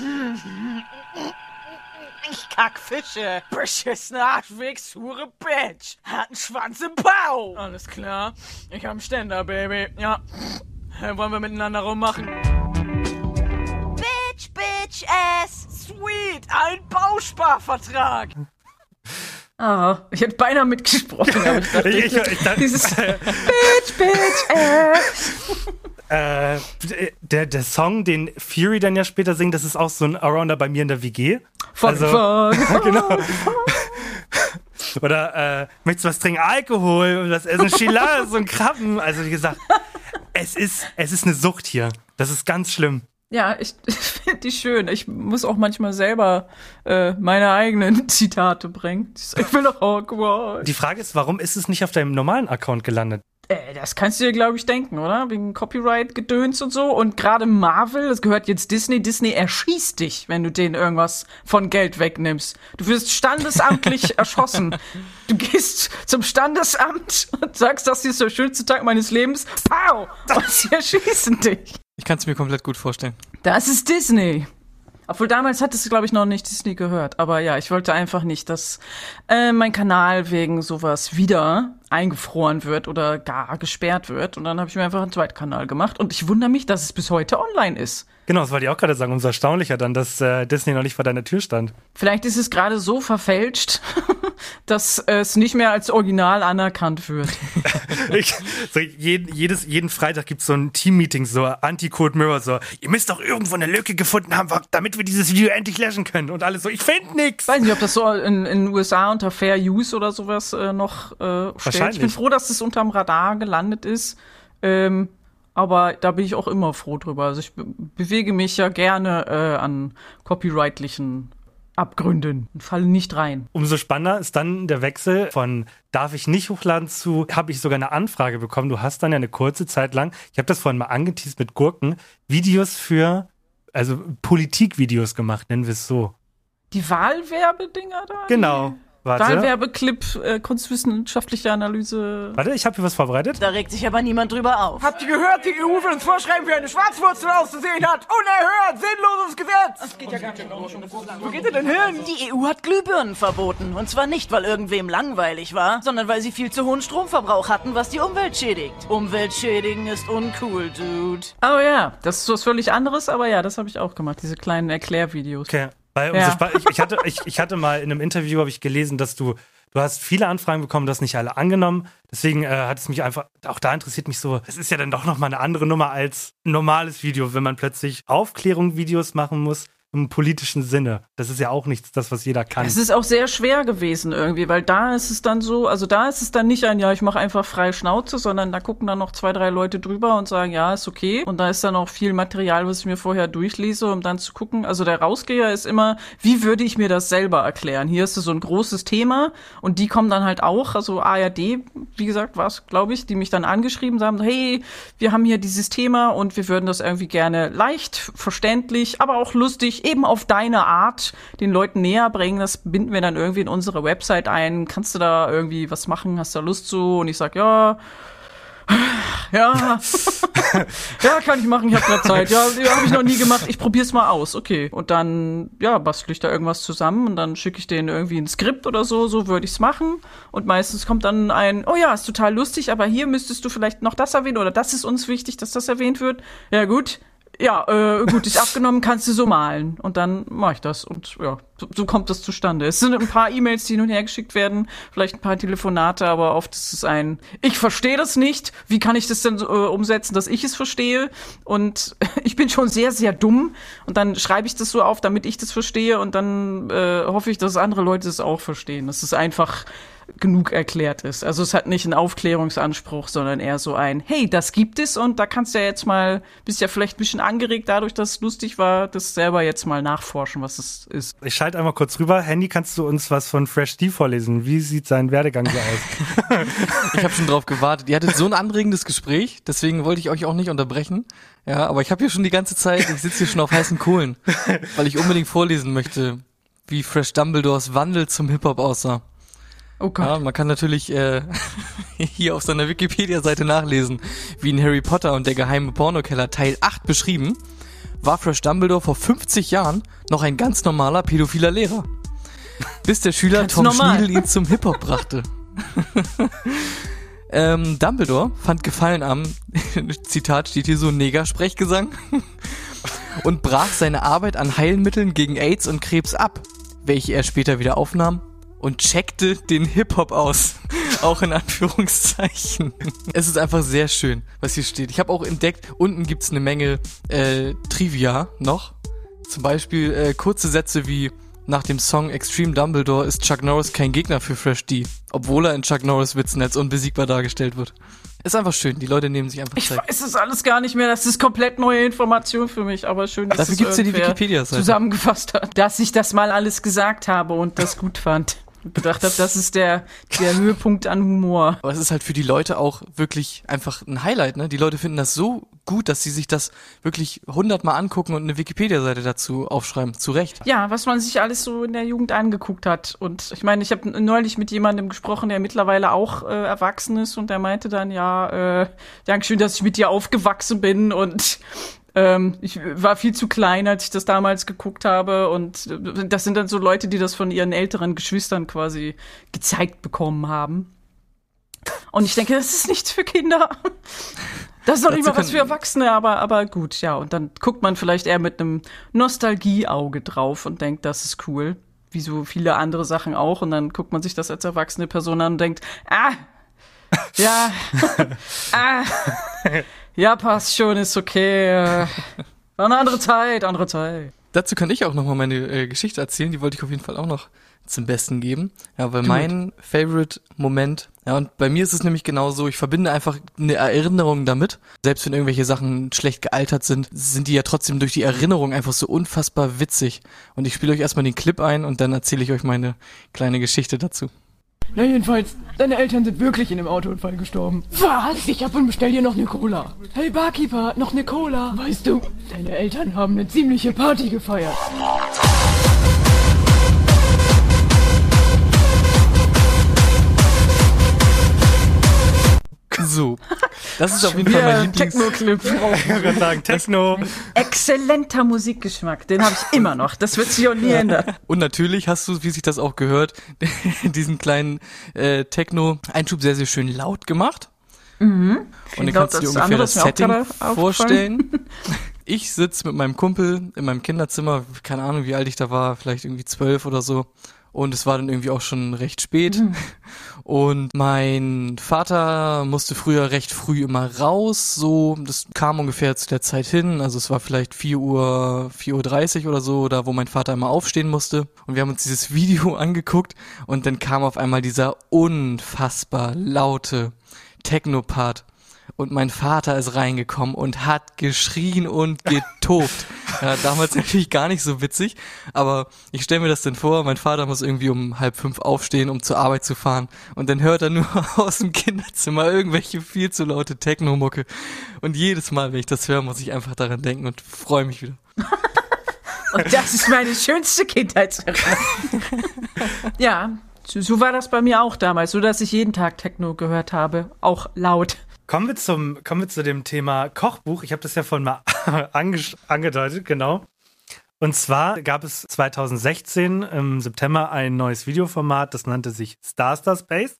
Ich kack Fische. Beschissene Arschwegs, Hure Bitch. Hat einen Schwanz im Bauch. Alles klar. Ich hab einen Ständer, Baby. Ja. Wollen wir miteinander rummachen? Bitch, Bitch, ass. Sweet, ein Bausparvertrag. Ah, ich hätte beinahe mitgesprochen, aber ich dachte, ich, ich, ich, dachte dieses Bitch, Bitch, ass. äh, der, der Song, den Fury dann ja später singt, das ist auch so ein Arounder bei mir in der W G. Fuck, also, fuck, genau. Oder äh, möchtest du was trinken? Alkohol, das Essen Chila, so ein Krabben. Also wie gesagt, es ist, es ist eine Sucht hier. Das ist ganz schlimm. Ja, ich, ich finde die schön. Ich muss auch manchmal selber äh, meine eigenen Zitate bringen. Ich bin doch awkward. Die Frage ist, warum ist es nicht auf deinem normalen Account gelandet? Äh, das kannst du dir, glaube ich, denken, oder? Wegen Copyright-Gedöns und so. Und gerade Marvel, das gehört jetzt Disney. Disney erschießt dich, wenn du denen irgendwas von Geld wegnimmst. Du wirst standesamtlich erschossen. Du gehst zum Standesamt und sagst, das ist der schönste Tag meines Lebens. Pow! Und sie erschießen dich. Ich kann es mir komplett gut vorstellen. Das ist Disney. Obwohl damals hat es, glaube ich, noch nicht Disney gehört. Aber ja, ich wollte einfach nicht, dass äh, mein Kanal wegen sowas wieder eingefroren wird oder gar gesperrt wird. Und dann habe ich mir einfach einen Zweitkanal gemacht. Und ich wundere mich, dass es bis heute online ist. Genau, das wollte ich auch gerade sagen. Umso erstaunlicher dann, dass äh, Disney noch nicht vor deiner Tür stand. Vielleicht ist es gerade so verfälscht, dass es nicht mehr als Original anerkannt wird. ich, so jeden, jedes, jeden Freitag gibt's so ein Team-Meeting, so Anti-Cold Mirror, so, ihr müsst doch irgendwo eine Lücke gefunden haben, damit wir dieses Video endlich löschen können. Und alles so, ich finde nix. Ich weiß nicht, ob das so in, in den U S A unter Fair Use oder sowas äh, noch äh, steht. Ich bin froh, dass es unterm Radar gelandet ist. Ähm, aber da bin ich auch immer froh drüber. Also ich be- bewege mich ja gerne äh, an copyrightlichen Abgründen und falle nicht rein. Umso spannender ist dann der Wechsel von darf ich nicht hochladen zu habe ich sogar eine Anfrage bekommen. Du hast dann ja eine kurze Zeit lang, ich habe das vorhin mal angeteased mit Gurken, Videos für, also Politikvideos gemacht, nennen wir es so. Die Wahlwerbedinger da? Genau. Warte. Wahlwerbeclip, äh, kunstwissenschaftliche Analyse. Warte, ich habe hier was vorbereitet. Da regt sich aber niemand drüber auf. Habt ihr gehört, die E U will uns vorschreiben, wie eine Schwarzwurzel auszusehen hat? Unerhört, sinnloses Gesetz! Das geht ja gar nicht. Wo geht ihr denn hin? Die E U hat Glühbirnen verboten. Und zwar nicht, weil irgendwem langweilig war, sondern weil sie viel zu hohen Stromverbrauch hatten, was die Umwelt schädigt. Umwelt schädigen ist uncool, Dude. Oh ja, das ist was völlig anderes, aber ja, das habe ich auch gemacht, diese kleinen Erklärvideos. Okay. Weil, ja. so ich, ich, hatte, ich, ich hatte mal in einem Interview, habe ich gelesen, dass du, du hast viele Anfragen bekommen, du hast nicht alle angenommen. Deswegen äh, hat es mich einfach, auch da interessiert mich so, es ist ja dann doch nochmal eine andere Nummer als ein normales Video, wenn man plötzlich Aufklärungsvideos machen muss. Im politischen Sinne. Das ist ja auch nichts, das, was jeder kann. Es ist auch sehr schwer gewesen irgendwie, weil da ist es dann so, also da ist es dann nicht ein, ja, ich mache einfach freie Schnauze, sondern da gucken dann noch zwei, drei Leute drüber und sagen, ja, ist okay. Und da ist dann auch viel Material, was ich mir vorher durchlese, um dann zu gucken. Also der Rausgeher ist immer, wie würde ich mir das selber erklären? Hier ist so ein großes Thema und die kommen dann halt auch, also A R D, wie gesagt, war es, glaube ich, die mich dann angeschrieben haben, so, hey, wir haben hier dieses Thema und wir würden das irgendwie gerne leicht, verständlich, aber auch lustig, eben auf deine Art den Leuten näher bringen. Das binden wir dann irgendwie in unsere Website ein. Kannst du da irgendwie was machen? Hast du da Lust zu? Und ich sag, ja, ja, ja, kann ich machen, ich habe gerade Zeit. Ja, ja habe ich noch nie gemacht, ich probier's mal aus, okay. Und dann, ja, bastel ich da irgendwas zusammen und dann schicke ich denen irgendwie ein Skript oder so, so würde ich's machen. Und meistens kommt dann ein, oh ja, ist total lustig, aber hier müsstest du vielleicht noch das erwähnen oder das ist uns wichtig, dass das erwähnt wird. Ja, gut. Ja, äh, gut, ist abgenommen, kannst du so malen. Und dann mache ich das. Und ja, so, so kommt das zustande. Es sind ein paar E-Mails, die hin und her geschickt werden, vielleicht ein paar Telefonate, aber oft ist es ein, ich verstehe das nicht, wie kann ich das denn äh, umsetzen, dass ich es verstehe? Und ich bin schon sehr, sehr dumm. Und dann schreibe ich das so auf, damit ich das verstehe. Und dann äh, hoffe ich, dass andere Leute das auch verstehen. Das ist einfach genug erklärt ist. Also es hat nicht einen Aufklärungsanspruch, sondern eher so ein, hey, das gibt es und da kannst du ja jetzt mal, bist ja vielleicht ein bisschen angeregt dadurch, dass es lustig war, das selber jetzt mal nachforschen, was es ist. Ich schalte einmal kurz rüber. Handy, kannst du uns was von Fresh D vorlesen? Wie sieht sein Werdegang so aus? Ich habe schon drauf gewartet. Ihr hattet so ein anregendes Gespräch, deswegen wollte ich euch auch nicht unterbrechen. Ja, aber ich habe hier schon die ganze Zeit, ich sitze hier schon auf heißen Kohlen, weil ich unbedingt vorlesen möchte, wie Fresh Dumbledores Wandel zum Hip-Hop aussah. Oh Gott. Ja, man kann natürlich äh, hier auf seiner Wikipedia-Seite nachlesen, wie in Harry Potter und der geheime Pornokeller Teil acht beschrieben, war Fresh Dumbledore vor fünfzig Jahren noch ein ganz normaler pädophiler Lehrer. Bis der Schüler ganz Tom normal. Schniedel ihn zum Hip-Hop brachte. ähm, Dumbledore fand Gefallen am, Zitat steht hier so, Negersprechgesang und brach seine Arbeit an Heilmitteln gegen AIDS und Krebs ab, welche er später wieder aufnahm und checkte den Hip-Hop aus. Auch in Anführungszeichen. Es ist einfach sehr schön, was hier steht. Ich habe auch entdeckt, unten gibt's eine Menge äh, Trivia noch. Zum Beispiel äh, kurze Sätze wie: Nach dem Song Extreme Dumbledore ist Chuck Norris kein Gegner für Fresh D, obwohl er in Chuck Norris Witzen als unbesiegbar dargestellt wird. Ist einfach schön, die Leute nehmen sich einfach Ich Zeit. weiß es alles gar nicht mehr, das ist komplett neue Information für mich, aber schön, dass Dafür es gibt's ja die irgendwer Wikipedia-Seite. zusammengefasst hat, dass ich das mal alles gesagt habe und das gut fand. Und gedacht habe, das ist der, der Höhepunkt an Humor. Aber es ist halt für die Leute auch wirklich einfach ein Highlight, ne? Die Leute finden das so gut, dass sie sich das wirklich hundertmal angucken und eine Wikipedia-Seite dazu aufschreiben. Zu Recht. Ja, was man sich alles so in der Jugend angeguckt hat. Und ich meine, ich habe neulich mit jemandem gesprochen, der mittlerweile auch äh, erwachsen ist und der meinte dann, ja, äh, Dankeschön, dass ich mit dir aufgewachsen bin und Ähm, ich war viel zu klein, als ich das damals geguckt habe und das sind dann so Leute, die das von ihren älteren Geschwistern quasi gezeigt bekommen haben. Und ich denke, das ist nichts für Kinder. Das ist doch nicht mal was für Erwachsene, aber, aber gut, ja. Und dann guckt man vielleicht eher mit einem Nostalgieauge drauf und denkt, das ist cool. Wie so viele andere Sachen auch. Und dann guckt man sich das als erwachsene Person an und denkt, ah, ja, ah, ja, passt schon, ist okay. War eine andere Zeit, andere Zeit. Dazu kann ich auch nochmal meine äh, Geschichte erzählen, die wollte ich auf jeden Fall auch noch zum Besten geben. Ja, weil mein Favorite-Moment, ja, und bei mir ist es nämlich genauso, ich verbinde einfach eine Erinnerung damit. Selbst wenn irgendwelche Sachen schlecht gealtert sind, sind die ja trotzdem durch die Erinnerung einfach so unfassbar witzig. Und ich spiele euch erstmal den Clip ein und dann erzähle ich euch meine kleine Geschichte dazu. Na jedenfalls, deine Eltern sind wirklich in einem Autounfall gestorben. Was? Ich hab und bestell dir noch eine Cola. Hey Barkeeper, noch eine Cola. Weißt du, deine Eltern haben eine ziemliche Party gefeiert. So, das ist auf jeden Fall mein Lieblings... Techno-Clip. Ich würde sagen, Techno. Exzellenter Musikgeschmack, den habe ich immer noch. Das wird sich auch nie ändern. Und natürlich hast du, wie sich das auch gehört, diesen kleinen äh, Techno-Einschub sehr, sehr schön laut gemacht. Mhm. Und dann kannst du dir ungefähr das Setting vorstellen. Ich sitze mit meinem Kumpel in meinem Kinderzimmer, keine Ahnung, wie alt ich da war, vielleicht irgendwie zwölf oder so. Und es war dann irgendwie auch schon recht spät. Mhm. Und mein Vater musste früher recht früh immer raus. So, das kam ungefähr zu der Zeit hin. Also es war vielleicht vier Uhr, vier Uhr dreißig oder so, da wo mein Vater immer aufstehen musste. Und wir haben uns dieses Video angeguckt und dann kam auf einmal dieser unfassbar laute Techno-Part. Und mein Vater ist reingekommen und hat geschrien und getobt. Ja, damals natürlich gar nicht so witzig, aber ich stelle mir das dann vor, mein Vater muss irgendwie um halb fünf aufstehen, um zur Arbeit zu fahren. Und dann hört er nur aus dem Kinderzimmer irgendwelche viel zu laute Techno-Mucke. Und jedes Mal, wenn ich das höre, muss ich einfach daran denken und freue mich wieder. Und das ist meine schönste Kindheitserinnerung. Ja, so, so war das bei mir auch damals, so dass ich jeden Tag Techno gehört habe, auch laut. Kommen wir zum, kommen wir zu dem Thema Kochbuch. Ich habe das ja vorhin mal ange- angedeutet, genau. Und zwar gab es zwanzig sechzehn im September ein neues Videoformat, das nannte sich Star Star Space.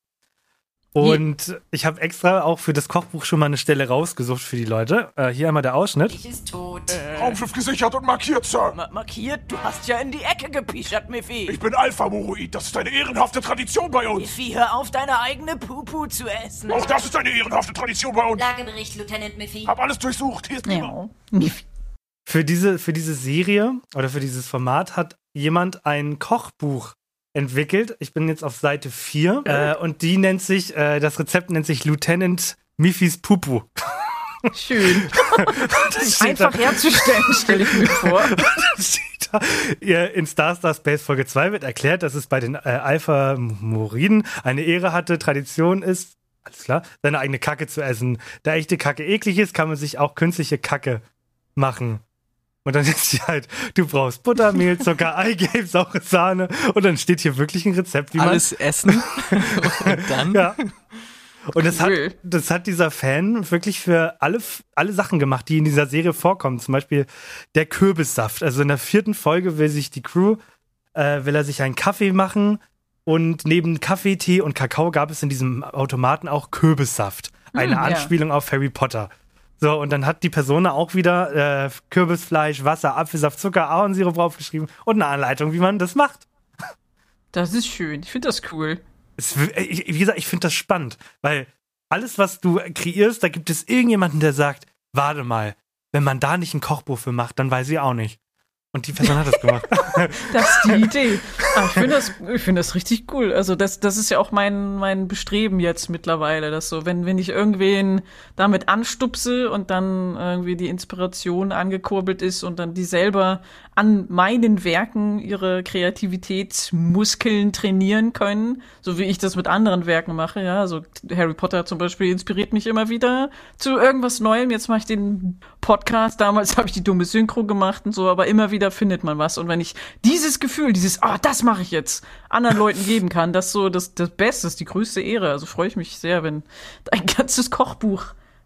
Und Je- ich habe extra auch für das Kochbuch schon mal eine Stelle rausgesucht für die Leute. Äh, hier einmal der Ausschnitt. Ich ist tot. Äh, Raumschiff gesichert und markiert, Sir. Ma- markiert? Du hast ja in die Ecke gepischert, Miffy. Ich bin Alpha-Moroid. Das ist eine ehrenhafte Tradition bei uns. Miffy, hör auf, deine eigene Pupu zu essen. Auch das ist eine ehrenhafte Tradition bei uns. Lagebericht, Lieutenant Miffy. Hab alles durchsucht. Hier ist niemand. Ja. Für diese, für diese Serie oder für dieses Format hat jemand ein Kochbuch entwickelt. Ich bin jetzt auf Seite vier äh, und die nennt sich, äh, das Rezept nennt sich Lieutenant Miffys Pupu. Schön. Das Einfach da, herzustellen, stelle ich mir vor. das steht da. Ja, in Star Star Space Folge zwei wird erklärt, dass es bei den äh, Alpha-Moriden eine Ehre hatte, Tradition ist, alles klar, seine eigene Kacke zu essen. Da echte Kacke eklig ist, kann man sich auch künstliche Kacke machen. Und dann ist sie halt, du brauchst Butter, Mehl, Zucker, Eigelb, saure Sahne. Und dann steht hier wirklich ein Rezept, wie man... Alles essen und dann... Ja. Und das, Cool. hat, das hat dieser Fan wirklich für alle, alle Sachen gemacht, die in dieser Serie vorkommen. Zum Beispiel der Kürbissaft. Also in der vierten Folge will sich die Crew, äh, will er sich einen Kaffee machen. Und neben Kaffee, Tee und Kakao gab es in diesem Automaten auch Kürbissaft. Eine Hm, ja. Anspielung auf Harry Potter. So, und dann hat die Person auch wieder äh, Kürbisfleisch, Wasser, Apfelsaft, Zucker, Ahornsirup draufgeschrieben und eine Anleitung, wie man das macht. Das ist schön. Ich finde das cool. Es, ich, wie gesagt, ich finde das spannend, weil alles, was du kreierst, da gibt es irgendjemanden, der sagt, warte mal, wenn man da nicht ein Kochbuch für macht, dann weiß ich auch nicht. Und die Person hat das gemacht. Das ist die Idee. Ah, ich finde das, ich finde das richtig cool. Also das, das ist ja auch mein, mein Bestreben jetzt mittlerweile, dass so, wenn, wenn ich irgendwen damit anstupse und dann irgendwie die Inspiration angekurbelt ist und dann die selber an meinen Werken ihre Kreativitätsmuskeln trainieren können, so wie ich das mit anderen Werken mache, ja, also Harry Potter zum Beispiel inspiriert mich immer wieder zu irgendwas Neuem. Jetzt mache ich den Podcast, damals habe ich die dumme Synchro gemacht und so, aber immer wieder findet man was. Und wenn ich dieses Gefühl, dieses, ah, oh, das mache ich jetzt, anderen Leuten geben kann, das so das, das Beste, ist die größte Ehre. Also freue ich mich sehr, wenn ein ganzes Kochbuch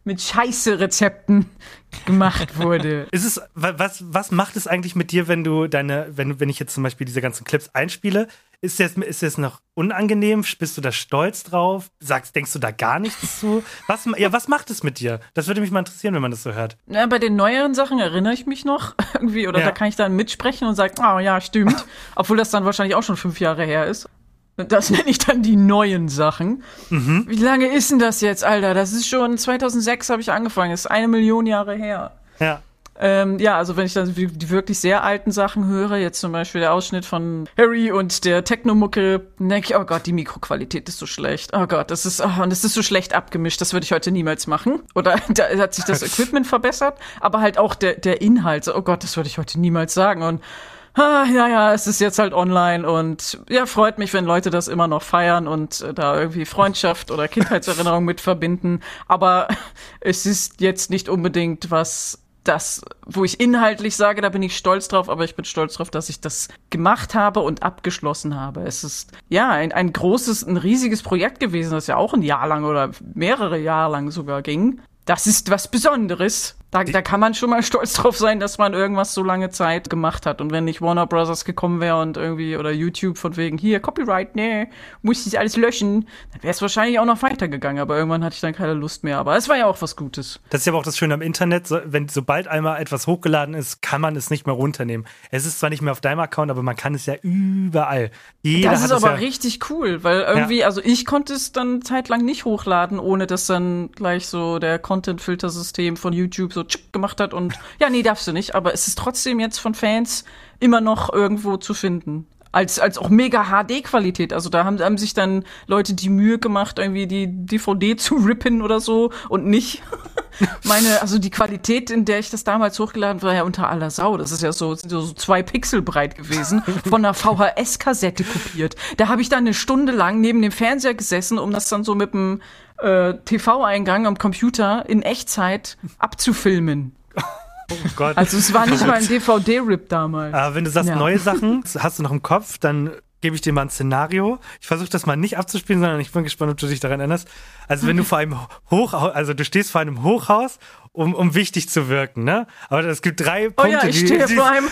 mit Scheiße-Rezepten gemacht wurde. Ist es, was, was macht es eigentlich mit dir, wenn du deine, wenn, wenn ich jetzt zum Beispiel diese ganzen Clips einspiele? Ist das, ist das noch unangenehm? Bist du da stolz drauf? Sagst, denkst du da gar nichts zu? Was, ja, was macht es mit dir? Das würde mich mal interessieren, wenn man das so hört. Ja, bei den neueren Sachen erinnere ich mich noch irgendwie, oder ja. da kann ich dann mitsprechen und sagen, oh ja, stimmt. Obwohl das dann wahrscheinlich auch schon fünf Jahre her ist. Das nenne ich dann die neuen Sachen. Mhm. Wie lange ist denn das jetzt, Alter? Das ist schon zweitausendsechs habe ich angefangen. Das ist eine Million Jahre her. Ja. Ähm, ja, also wenn ich dann die wirklich sehr alten Sachen höre, jetzt zum Beispiel der Ausschnitt von Harry und der Technomucke, denke ich, oh Gott, die Mikroqualität ist so schlecht. Oh Gott, das ist, oh, und das ist so schlecht abgemischt, das würde ich heute niemals machen. Oder da hat sich das Equipment verbessert, aber halt auch der, der Inhalt, so, oh Gott, das würde ich heute niemals sagen. Und ah, ja, ja, es ist jetzt halt online und ja, freut mich, wenn Leute das immer noch feiern und äh, da irgendwie Freundschaft oder Kindheitserinnerung mit verbinden. Aber es ist jetzt nicht unbedingt was, das, wo ich inhaltlich sage, da bin ich stolz drauf, aber ich bin stolz drauf, dass ich das gemacht habe und abgeschlossen habe. Es ist, ja, ein, ein großes, ein riesiges Projekt gewesen, das ja auch ein Jahr lang oder mehrere Jahre lang sogar ging. Das ist was Besonderes. Da, da kann man schon mal stolz drauf sein, dass man irgendwas so lange Zeit gemacht hat. Und wenn nicht Warner Brothers gekommen wäre und irgendwie, oder YouTube von wegen, hier, Copyright, nee, muss ich alles löschen, dann wäre es wahrscheinlich auch noch weitergegangen. Aber irgendwann hatte ich dann keine Lust mehr. Aber es war ja auch was Gutes. Das ist ja aber auch das Schöne am Internet, so, wenn sobald einmal etwas hochgeladen ist, kann man es nicht mehr runternehmen. Es ist zwar nicht mehr auf deinem Account, aber man kann es ja überall. Jeder das ist hat es aber ja richtig cool, weil irgendwie, ja. also ich konnte es dann zeitlang nicht hochladen, ohne dass dann gleich so der Content-Filter-System von YouTube so tschick gemacht hat und ja, nee, darfst du nicht, aber es ist trotzdem jetzt von Fans immer noch irgendwo zu finden. Als, als auch mega H D-Qualität. Also da haben, haben sich dann Leute die Mühe gemacht, irgendwie die D V D zu rippen oder so und nicht. Meine, also die Qualität, in der ich das damals hochgeladen war, ja unter aller Sau. Das ist ja so, so zwei Pixel breit gewesen, von einer V H S-Kassette kopiert. Da habe ich dann eine Stunde lang neben dem Fernseher gesessen, um das dann so mit dem äh, T V-Eingang am Computer in Echtzeit abzufilmen. Oh Gott. Also es war nicht mal ein D V D-Rip damals. Aber wenn du sagst, ja. neue Sachen hast du noch im Kopf, dann gebe ich dir mal ein Szenario. Ich versuche das mal nicht abzuspielen, sondern ich bin gespannt, ob du dich daran erinnerst. Also wenn du vor einem Hochhaus, also du stehst vor einem Hochhaus, um, um wichtig zu wirken, ne? Aber es gibt drei Punkte, oh ja, ich stehe die, vor einem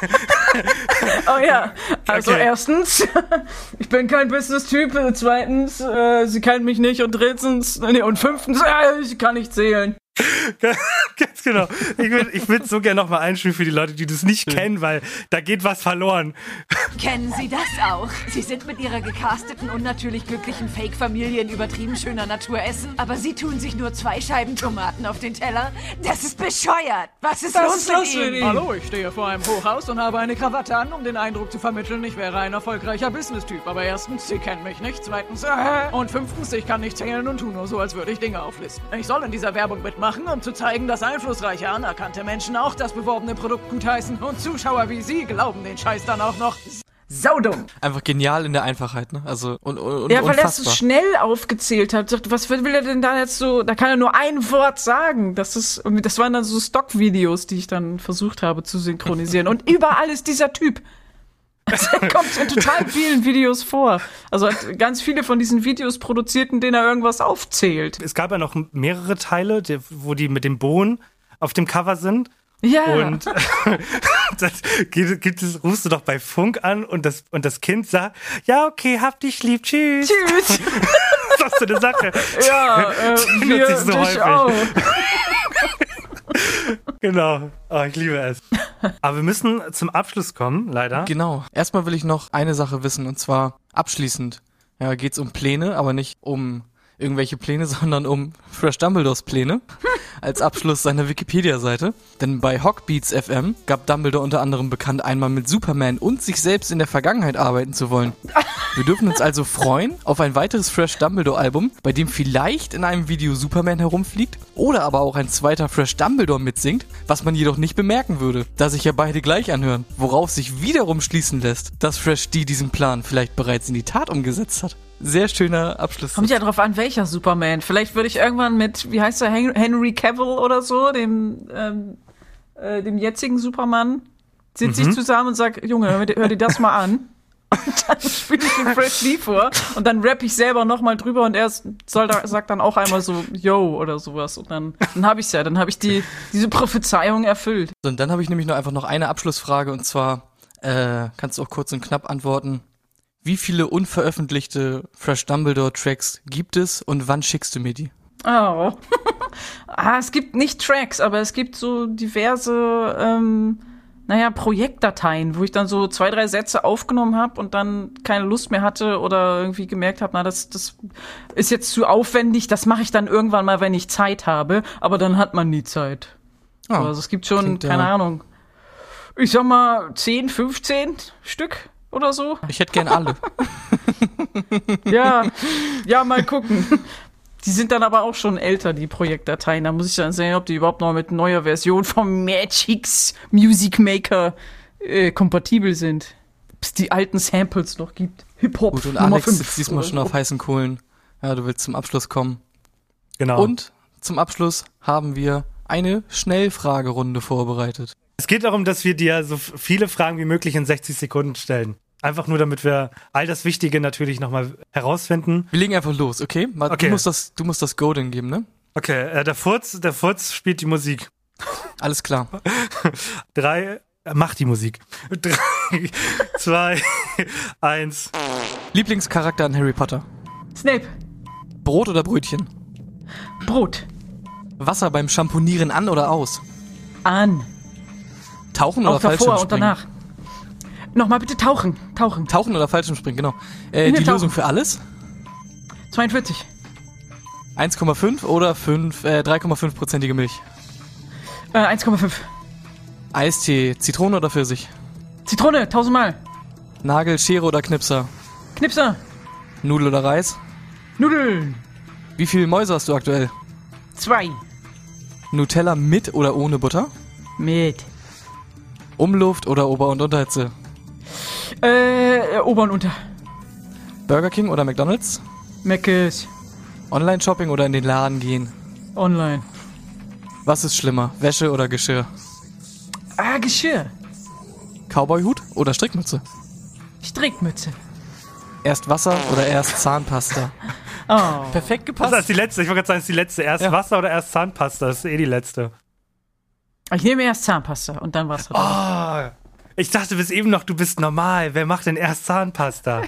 Oh ja, also okay. Erstens, ich bin kein Business-Typ, zweitens, äh, sie kennt mich nicht und drittens, nee, und fünftens, äh, ich kann nicht zählen. Ganz genau. Ich würde ich würd so gerne nochmal einspielen für die Leute, die das nicht kennen, weil da geht was verloren. Kennen Sie das auch? Sie sind mit Ihrer gecasteten, unnatürlich glücklichen Fake-Familie in übertrieben schöner Natur essen, aber Sie tun sich nur zwei Scheiben Tomaten auf den Teller? Das ist bescheuert. Was ist Was los ist mit los Ihnen? Hallo, ich stehe vor einem Hochhaus und habe eine Krawatte an, um den Eindruck zu vermitteln, ich wäre ein erfolgreicher Business-Typ. Aber erstens, Sie kennen mich nicht, zweitens, äh, und fünftens, ich kann nicht zählen und tu nur so, als würde ich Dinge auflisten. Ich soll in dieser Werbung mitmachen, um zu zeigen, dass einflussreiche, anerkannte Menschen auch das beworbene Produkt gutheißen und Zuschauer wie Sie glauben den Scheiß dann auch noch. Saudumm. Einfach genial in der Einfachheit, ne? Also und, und ja, weil er unfassbar. so schnell aufgezählt hat. Sagt, was will er denn da jetzt so? Da kann er nur ein Wort sagen. Das ist, das waren dann so Stockvideos, die ich dann versucht habe zu synchronisieren. Und überall ist dieser Typ. Also er kommt in total vielen Videos vor. Also hat ganz viele von diesen Videos produziert, in denen er irgendwas aufzählt. Es gab ja noch mehrere Teile, die, wo die mit dem Bohnen auf dem Cover sind. Ja. Und das gibt, gibt es, rufst du doch bei Funk an und das, und das Kind sagt, ja, okay, hab dich lieb, tschüss. Tschüss. Das ist so eine Sache. Ja, äh, die wir nutze ich so dich häufig. auch. Genau. Oh, ich liebe es. Aber wir müssen zum Abschluss kommen, leider. Genau. Erstmal will ich noch eine Sache wissen, und zwar abschließend. Ja, geht's um Pläne, aber nicht um irgendwelche Pläne, sondern um Fresh Dumbledores Pläne als Abschluss seiner Wikipedia-Seite. Denn bei Hockbeats F M gab Dumbledore unter anderem bekannt, einmal mit Superman und sich selbst in der Vergangenheit arbeiten zu wollen. Wir dürfen uns also freuen auf ein weiteres Fresh Dumbledore-Album, bei dem vielleicht in einem Video Superman herumfliegt oder aber auch ein zweiter Fresh Dumbledore mitsingt, was man jedoch nicht bemerken würde, da sich ja beide gleich anhören, worauf sich wiederum schließen lässt, dass Fresh D diesen Plan vielleicht bereits in die Tat umgesetzt hat. Sehr schöner Abschluss. Kommt ja drauf an, welcher Superman. Vielleicht würde ich irgendwann mit, wie heißt der, Henry Cavill oder so, dem, ähm, äh, dem jetzigen Superman, sitze Mhm. ich zusammen und sag, Junge, hör dir, hör dir das mal an. Und dann spiele ich den Fresh D vor und dann rappe ich selber nochmal drüber und er soll da, sagt dann auch einmal so, yo, oder sowas. Und dann, dann habe ich's ja, dann habe ich die, diese Prophezeiung erfüllt. So, und dann habe ich nämlich noch einfach noch eine Abschlussfrage und zwar, äh, kannst du auch kurz und knapp antworten. Wie viele unveröffentlichte Fresh Dumbledore Tracks gibt es und wann schickst du mir die? Oh. ah, es gibt nicht Tracks, aber es gibt so diverse, ähm, naja, Projektdateien, wo ich dann so zwei, drei Sätze aufgenommen habe und dann keine Lust mehr hatte oder irgendwie gemerkt habe, na, das, das ist jetzt zu aufwendig, das mache ich dann irgendwann mal, wenn ich Zeit habe, aber dann hat man nie Zeit. Oh, also es gibt schon, klingt, keine ja. Ahnung, ich sag mal zehn, fünfzehn Stück oder so. Ich hätte gern alle. ja, ja, mal gucken. Die sind dann aber auch schon älter, die Projektdateien. Da muss ich dann sehen, ob die überhaupt noch mit neuer Version vom Magix Music Maker äh, kompatibel sind. Ob es die alten Samples noch gibt. Hip-Hop Gut, und Nummer Alex fünf. sitzt diesmal schon auf heißen Kohlen. Ja, du willst zum Abschluss kommen. Genau. Und zum Abschluss haben wir eine Schnellfragerunde vorbereitet. Es geht darum, dass wir dir so viele Fragen wie möglich in sechzig Sekunden stellen. Einfach nur, damit wir all das Wichtige natürlich nochmal herausfinden. Wir legen einfach los, okay? Mal, okay. Du musst das, du musst das Go dann geben, ne? Okay, äh, der Furz, der Furz spielt die Musik. Alles klar. Drei, äh, mach die Musik. Drei, zwei, eins. Lieblingscharakter an Harry Potter? Snape. Brot oder Brötchen? Brot. Wasser beim Shampoonieren an oder aus? An. Tauchen Auch oder davor Fallschirmspringen? und danach. Nochmal bitte tauchen. Tauchen. Tauchen oder Fallschirmspringen, genau. Äh, die tauchen. Lösung für alles? zweiundvierzig. eins Komma fünf oder fünf, äh, drei Komma fünf prozentige Milch? Äh, eins Komma fünf. Eistee, Zitrone oder Pfirsich? Zitrone, tausendmal. Nagel, Schere oder Knipser? Knipser. Nudel oder Reis? Nudeln. Wie viele Mäuse hast du aktuell? Zwei. Nutella mit oder ohne Butter? Mit. Umluft oder Ober- und Unterhitze? Äh, Ober und Unter. Burger King oder McDonald's? Mc's. Online-Shopping oder in den Laden gehen? Online. Was ist schlimmer, Wäsche oder Geschirr? Ah, Geschirr. Cowboyhut oder Strickmütze? Strickmütze. Erst Wasser oder erst Zahnpasta? Oh. Perfekt gepasst. Das ist die letzte. Ich wollte gerade sagen, das ist die letzte. Erst ja. Wasser oder erst Zahnpasta? Das ist eh die letzte. Ich nehme erst Zahnpasta und dann Wasser. Oh, ich dachte bis eben noch, du bist normal. Wer macht denn erst Zahnpasta?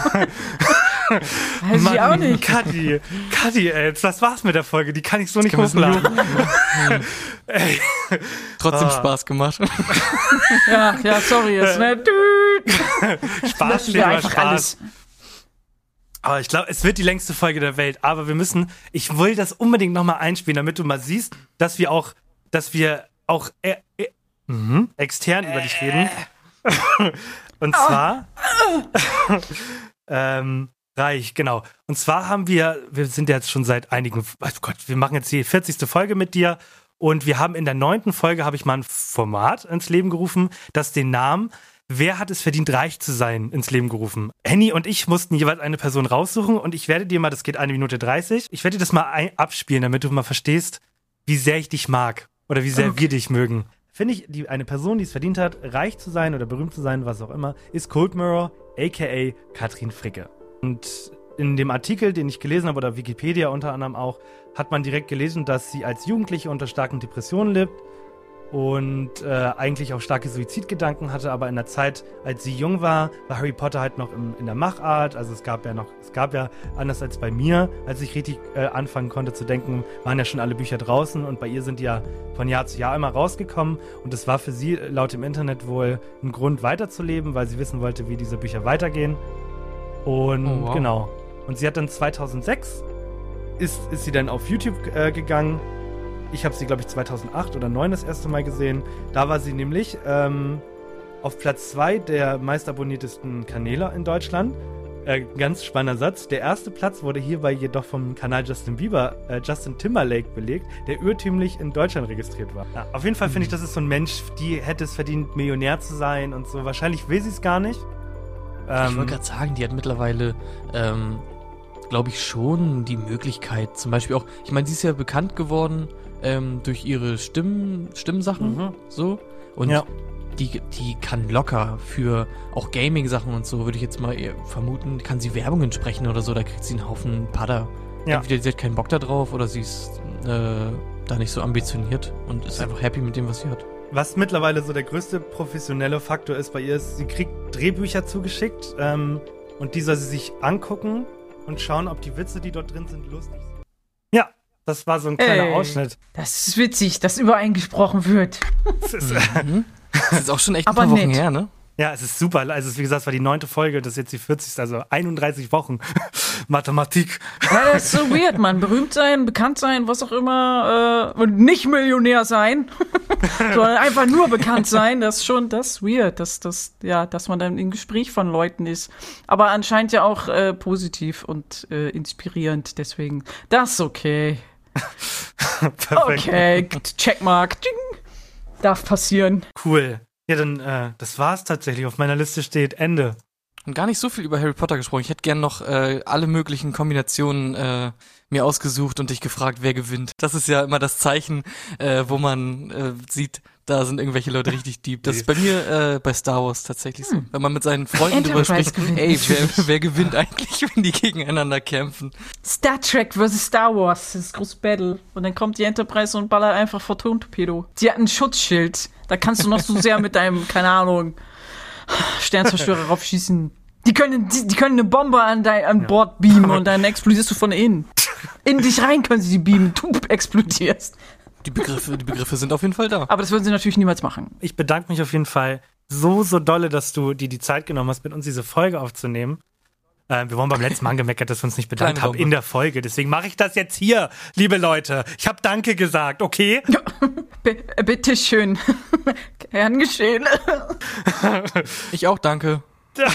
Weiß Mann, ich auch nicht. Kati, Kati, ey, das war's mit der Folge. Die kann ich so nicht hochladen. Ey. Trotzdem ah. Spaß gemacht. ja, ja, sorry, jetzt, ne? Spaß steht über Spaß. Alles. Aber ich glaube, es wird die längste Folge der Welt. Aber wir müssen, ich will das unbedingt nochmal einspielen, damit du mal siehst, dass wir auch, dass wir auch äh, äh, mhm, extern äh. über dich reden. Und zwar ähm, Reich, genau. Und zwar haben wir, wir sind jetzt schon seit einigen, oh Gott, wir machen jetzt die vierzigste Folge mit dir und wir haben in der neunten Folge, habe ich mal ein Format ins Leben gerufen, das den Namen Wer hat es verdient, reich zu sein, ins Leben gerufen. Henny und ich mussten jeweils eine Person raussuchen und ich werde dir mal, das geht eine Minute dreißig, ich werde dir das mal ein, abspielen, damit du mal verstehst, wie sehr ich dich mag oder wie sehr okay. wir dich mögen. Finde ich, die, eine Person, die es verdient hat, reich zu sein oder berühmt zu sein, was auch immer, ist Cold Mirror, aka Katrin Fricke. Und in dem Artikel, den ich gelesen habe, oder Wikipedia unter anderem auch, hat man direkt gelesen, dass sie als Jugendliche unter starken Depressionen lebt und äh, eigentlich auch starke Suizidgedanken hatte, aber in der Zeit, als sie jung war, war Harry Potter halt noch im, in der Machart, also es gab ja noch, es gab ja, anders als bei mir, als ich richtig äh, anfangen konnte zu denken, waren ja schon alle Bücher draußen und bei ihr sind die ja von Jahr zu Jahr immer rausgekommen und es war für sie laut dem Internet wohl ein Grund weiterzuleben, weil sie wissen wollte, wie diese Bücher weitergehen und oh, wow. genau. Und sie hat dann zweitausendsechs, ist, ist sie dann auf YouTube äh, gegangen. Ich habe sie, glaube ich, zweitausendacht oder zweitausendeneun das erste Mal gesehen. Da war sie nämlich ähm, auf Platz zwei der meistabonniertesten Kanäle in Deutschland. Äh, ganz spannender Satz. Der erste Platz wurde hierbei jedoch vom Kanal Justin Bieber, äh, Justin Timberlake belegt, der urtümlich in Deutschland registriert war. Ja, auf jeden Fall finde ich, das ist so ein Mensch, die hätte es verdient, Millionär zu sein und so. Wahrscheinlich will sie es gar nicht. Ähm, ich wollte gerade sagen, die hat mittlerweile, ähm, glaube ich, schon die Möglichkeit, zum Beispiel auch, ich meine, sie ist ja bekannt geworden ähm, durch ihre Stimmen, Stimmsachen, mhm. so. Und ja. die, die kann locker für auch Gaming-Sachen und so, würde ich jetzt mal eher vermuten, kann sie Werbungen sprechen oder so, da kriegt sie einen Haufen Padder. Ja. Entweder sie hat keinen Bock da drauf oder sie ist äh, da nicht so ambitioniert und ist einfach happy mit dem, was sie hat. Was mittlerweile so der größte professionelle Faktor ist bei ihr, ist, sie kriegt Drehbücher zugeschickt ähm, und die soll sie sich angucken und schauen, ob die Witze, die dort drin sind, lustig sind. Ja, das war so ein kleiner Ey, Ausschnitt. Das ist witzig, dass über einen gesprochen wird. Das ist, Mhm. Das ist auch schon echt ein Aber paar Wochen nett. Äh, her, ne? ja, es ist super. Also, es, wie gesagt, es war die neunte Folge, das ist jetzt die vierzigste, also einunddreißig Wochen. Mathematik. Ja, das ist so weird, Mann. Berühmt sein, bekannt sein, was auch immer, äh, und nicht Millionär sein, sondern einfach nur bekannt sein, das ist schon, das ist weird, dass, das, ja, dass man dann im Gespräch von Leuten ist. Aber anscheinend ja auch äh, positiv und äh, inspirierend, deswegen, das ist okay. Perfekt. Okay, Checkmark. Ding. Darf passieren. Cool. Ja, dann, äh, das war's tatsächlich. Auf meiner Liste steht Ende. Und gar nicht so viel über Harry Potter gesprochen. Ich hätte gern noch äh, alle möglichen Kombinationen äh, mir ausgesucht und dich gefragt, wer gewinnt. Das ist ja immer das Zeichen, äh, wo man äh, sieht, da sind irgendwelche Leute richtig deep. Das ist bei mir äh, bei Star Wars tatsächlich so. Wenn man mit seinen Freunden drüber Enterprise spricht, gewinnt. ey, wer, wer gewinnt eigentlich, wenn die gegeneinander kämpfen? Star Trek versus Star Wars, das ist das große Battle. Und dann kommt die Enterprise und ballert einfach Photon-Torpedo. Sie hat ein Schutzschild. Da kannst du noch so sehr mit deinem, keine Ahnung, Sternzerstörer raufschießen. Die können, die, die können eine Bombe an dein an Bord beamen und dann explodierst du von innen. In dich rein können sie die beamen, du explodierst. Die Begriffe, die Begriffe sind auf jeden Fall da. Aber das würden sie natürlich niemals machen. Ich bedanke mich auf jeden Fall so, so dolle, dass du dir die Zeit genommen hast, mit uns diese Folge aufzunehmen. Äh, wir wurden beim letzten Mal angemeckert, dass wir uns nicht bedankt Kleine haben in der Folge. Deswegen mache ich das jetzt hier, liebe Leute. Ich habe Danke gesagt, okay? B- bitteschön. Gern geschehen. Ich auch, danke.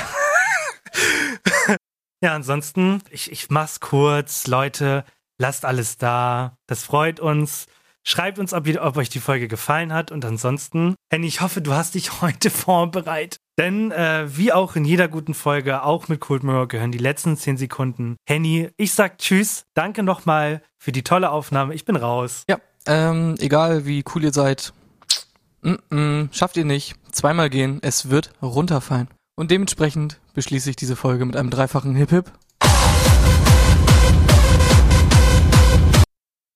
Ja, ansonsten, ich, ich mach's kurz. Leute, lasst alles da. Das freut uns. Schreibt uns, ob, ihr, ob euch die Folge gefallen hat. Und ansonsten, Henny, ich hoffe, du hast dich heute vorbereitet. Denn äh, wie auch in jeder guten Folge, auch mit Cold Mirror, gehören die letzten zehn Sekunden. Henny, ich sag Tschüss. Danke nochmal für die tolle Aufnahme. Ich bin raus. Ja, ähm, egal wie cool ihr seid, Mm-mm, schafft ihr nicht. Zweimal gehen, es wird runterfallen. Und dementsprechend beschließe ich diese Folge mit einem dreifachen Hip-Hip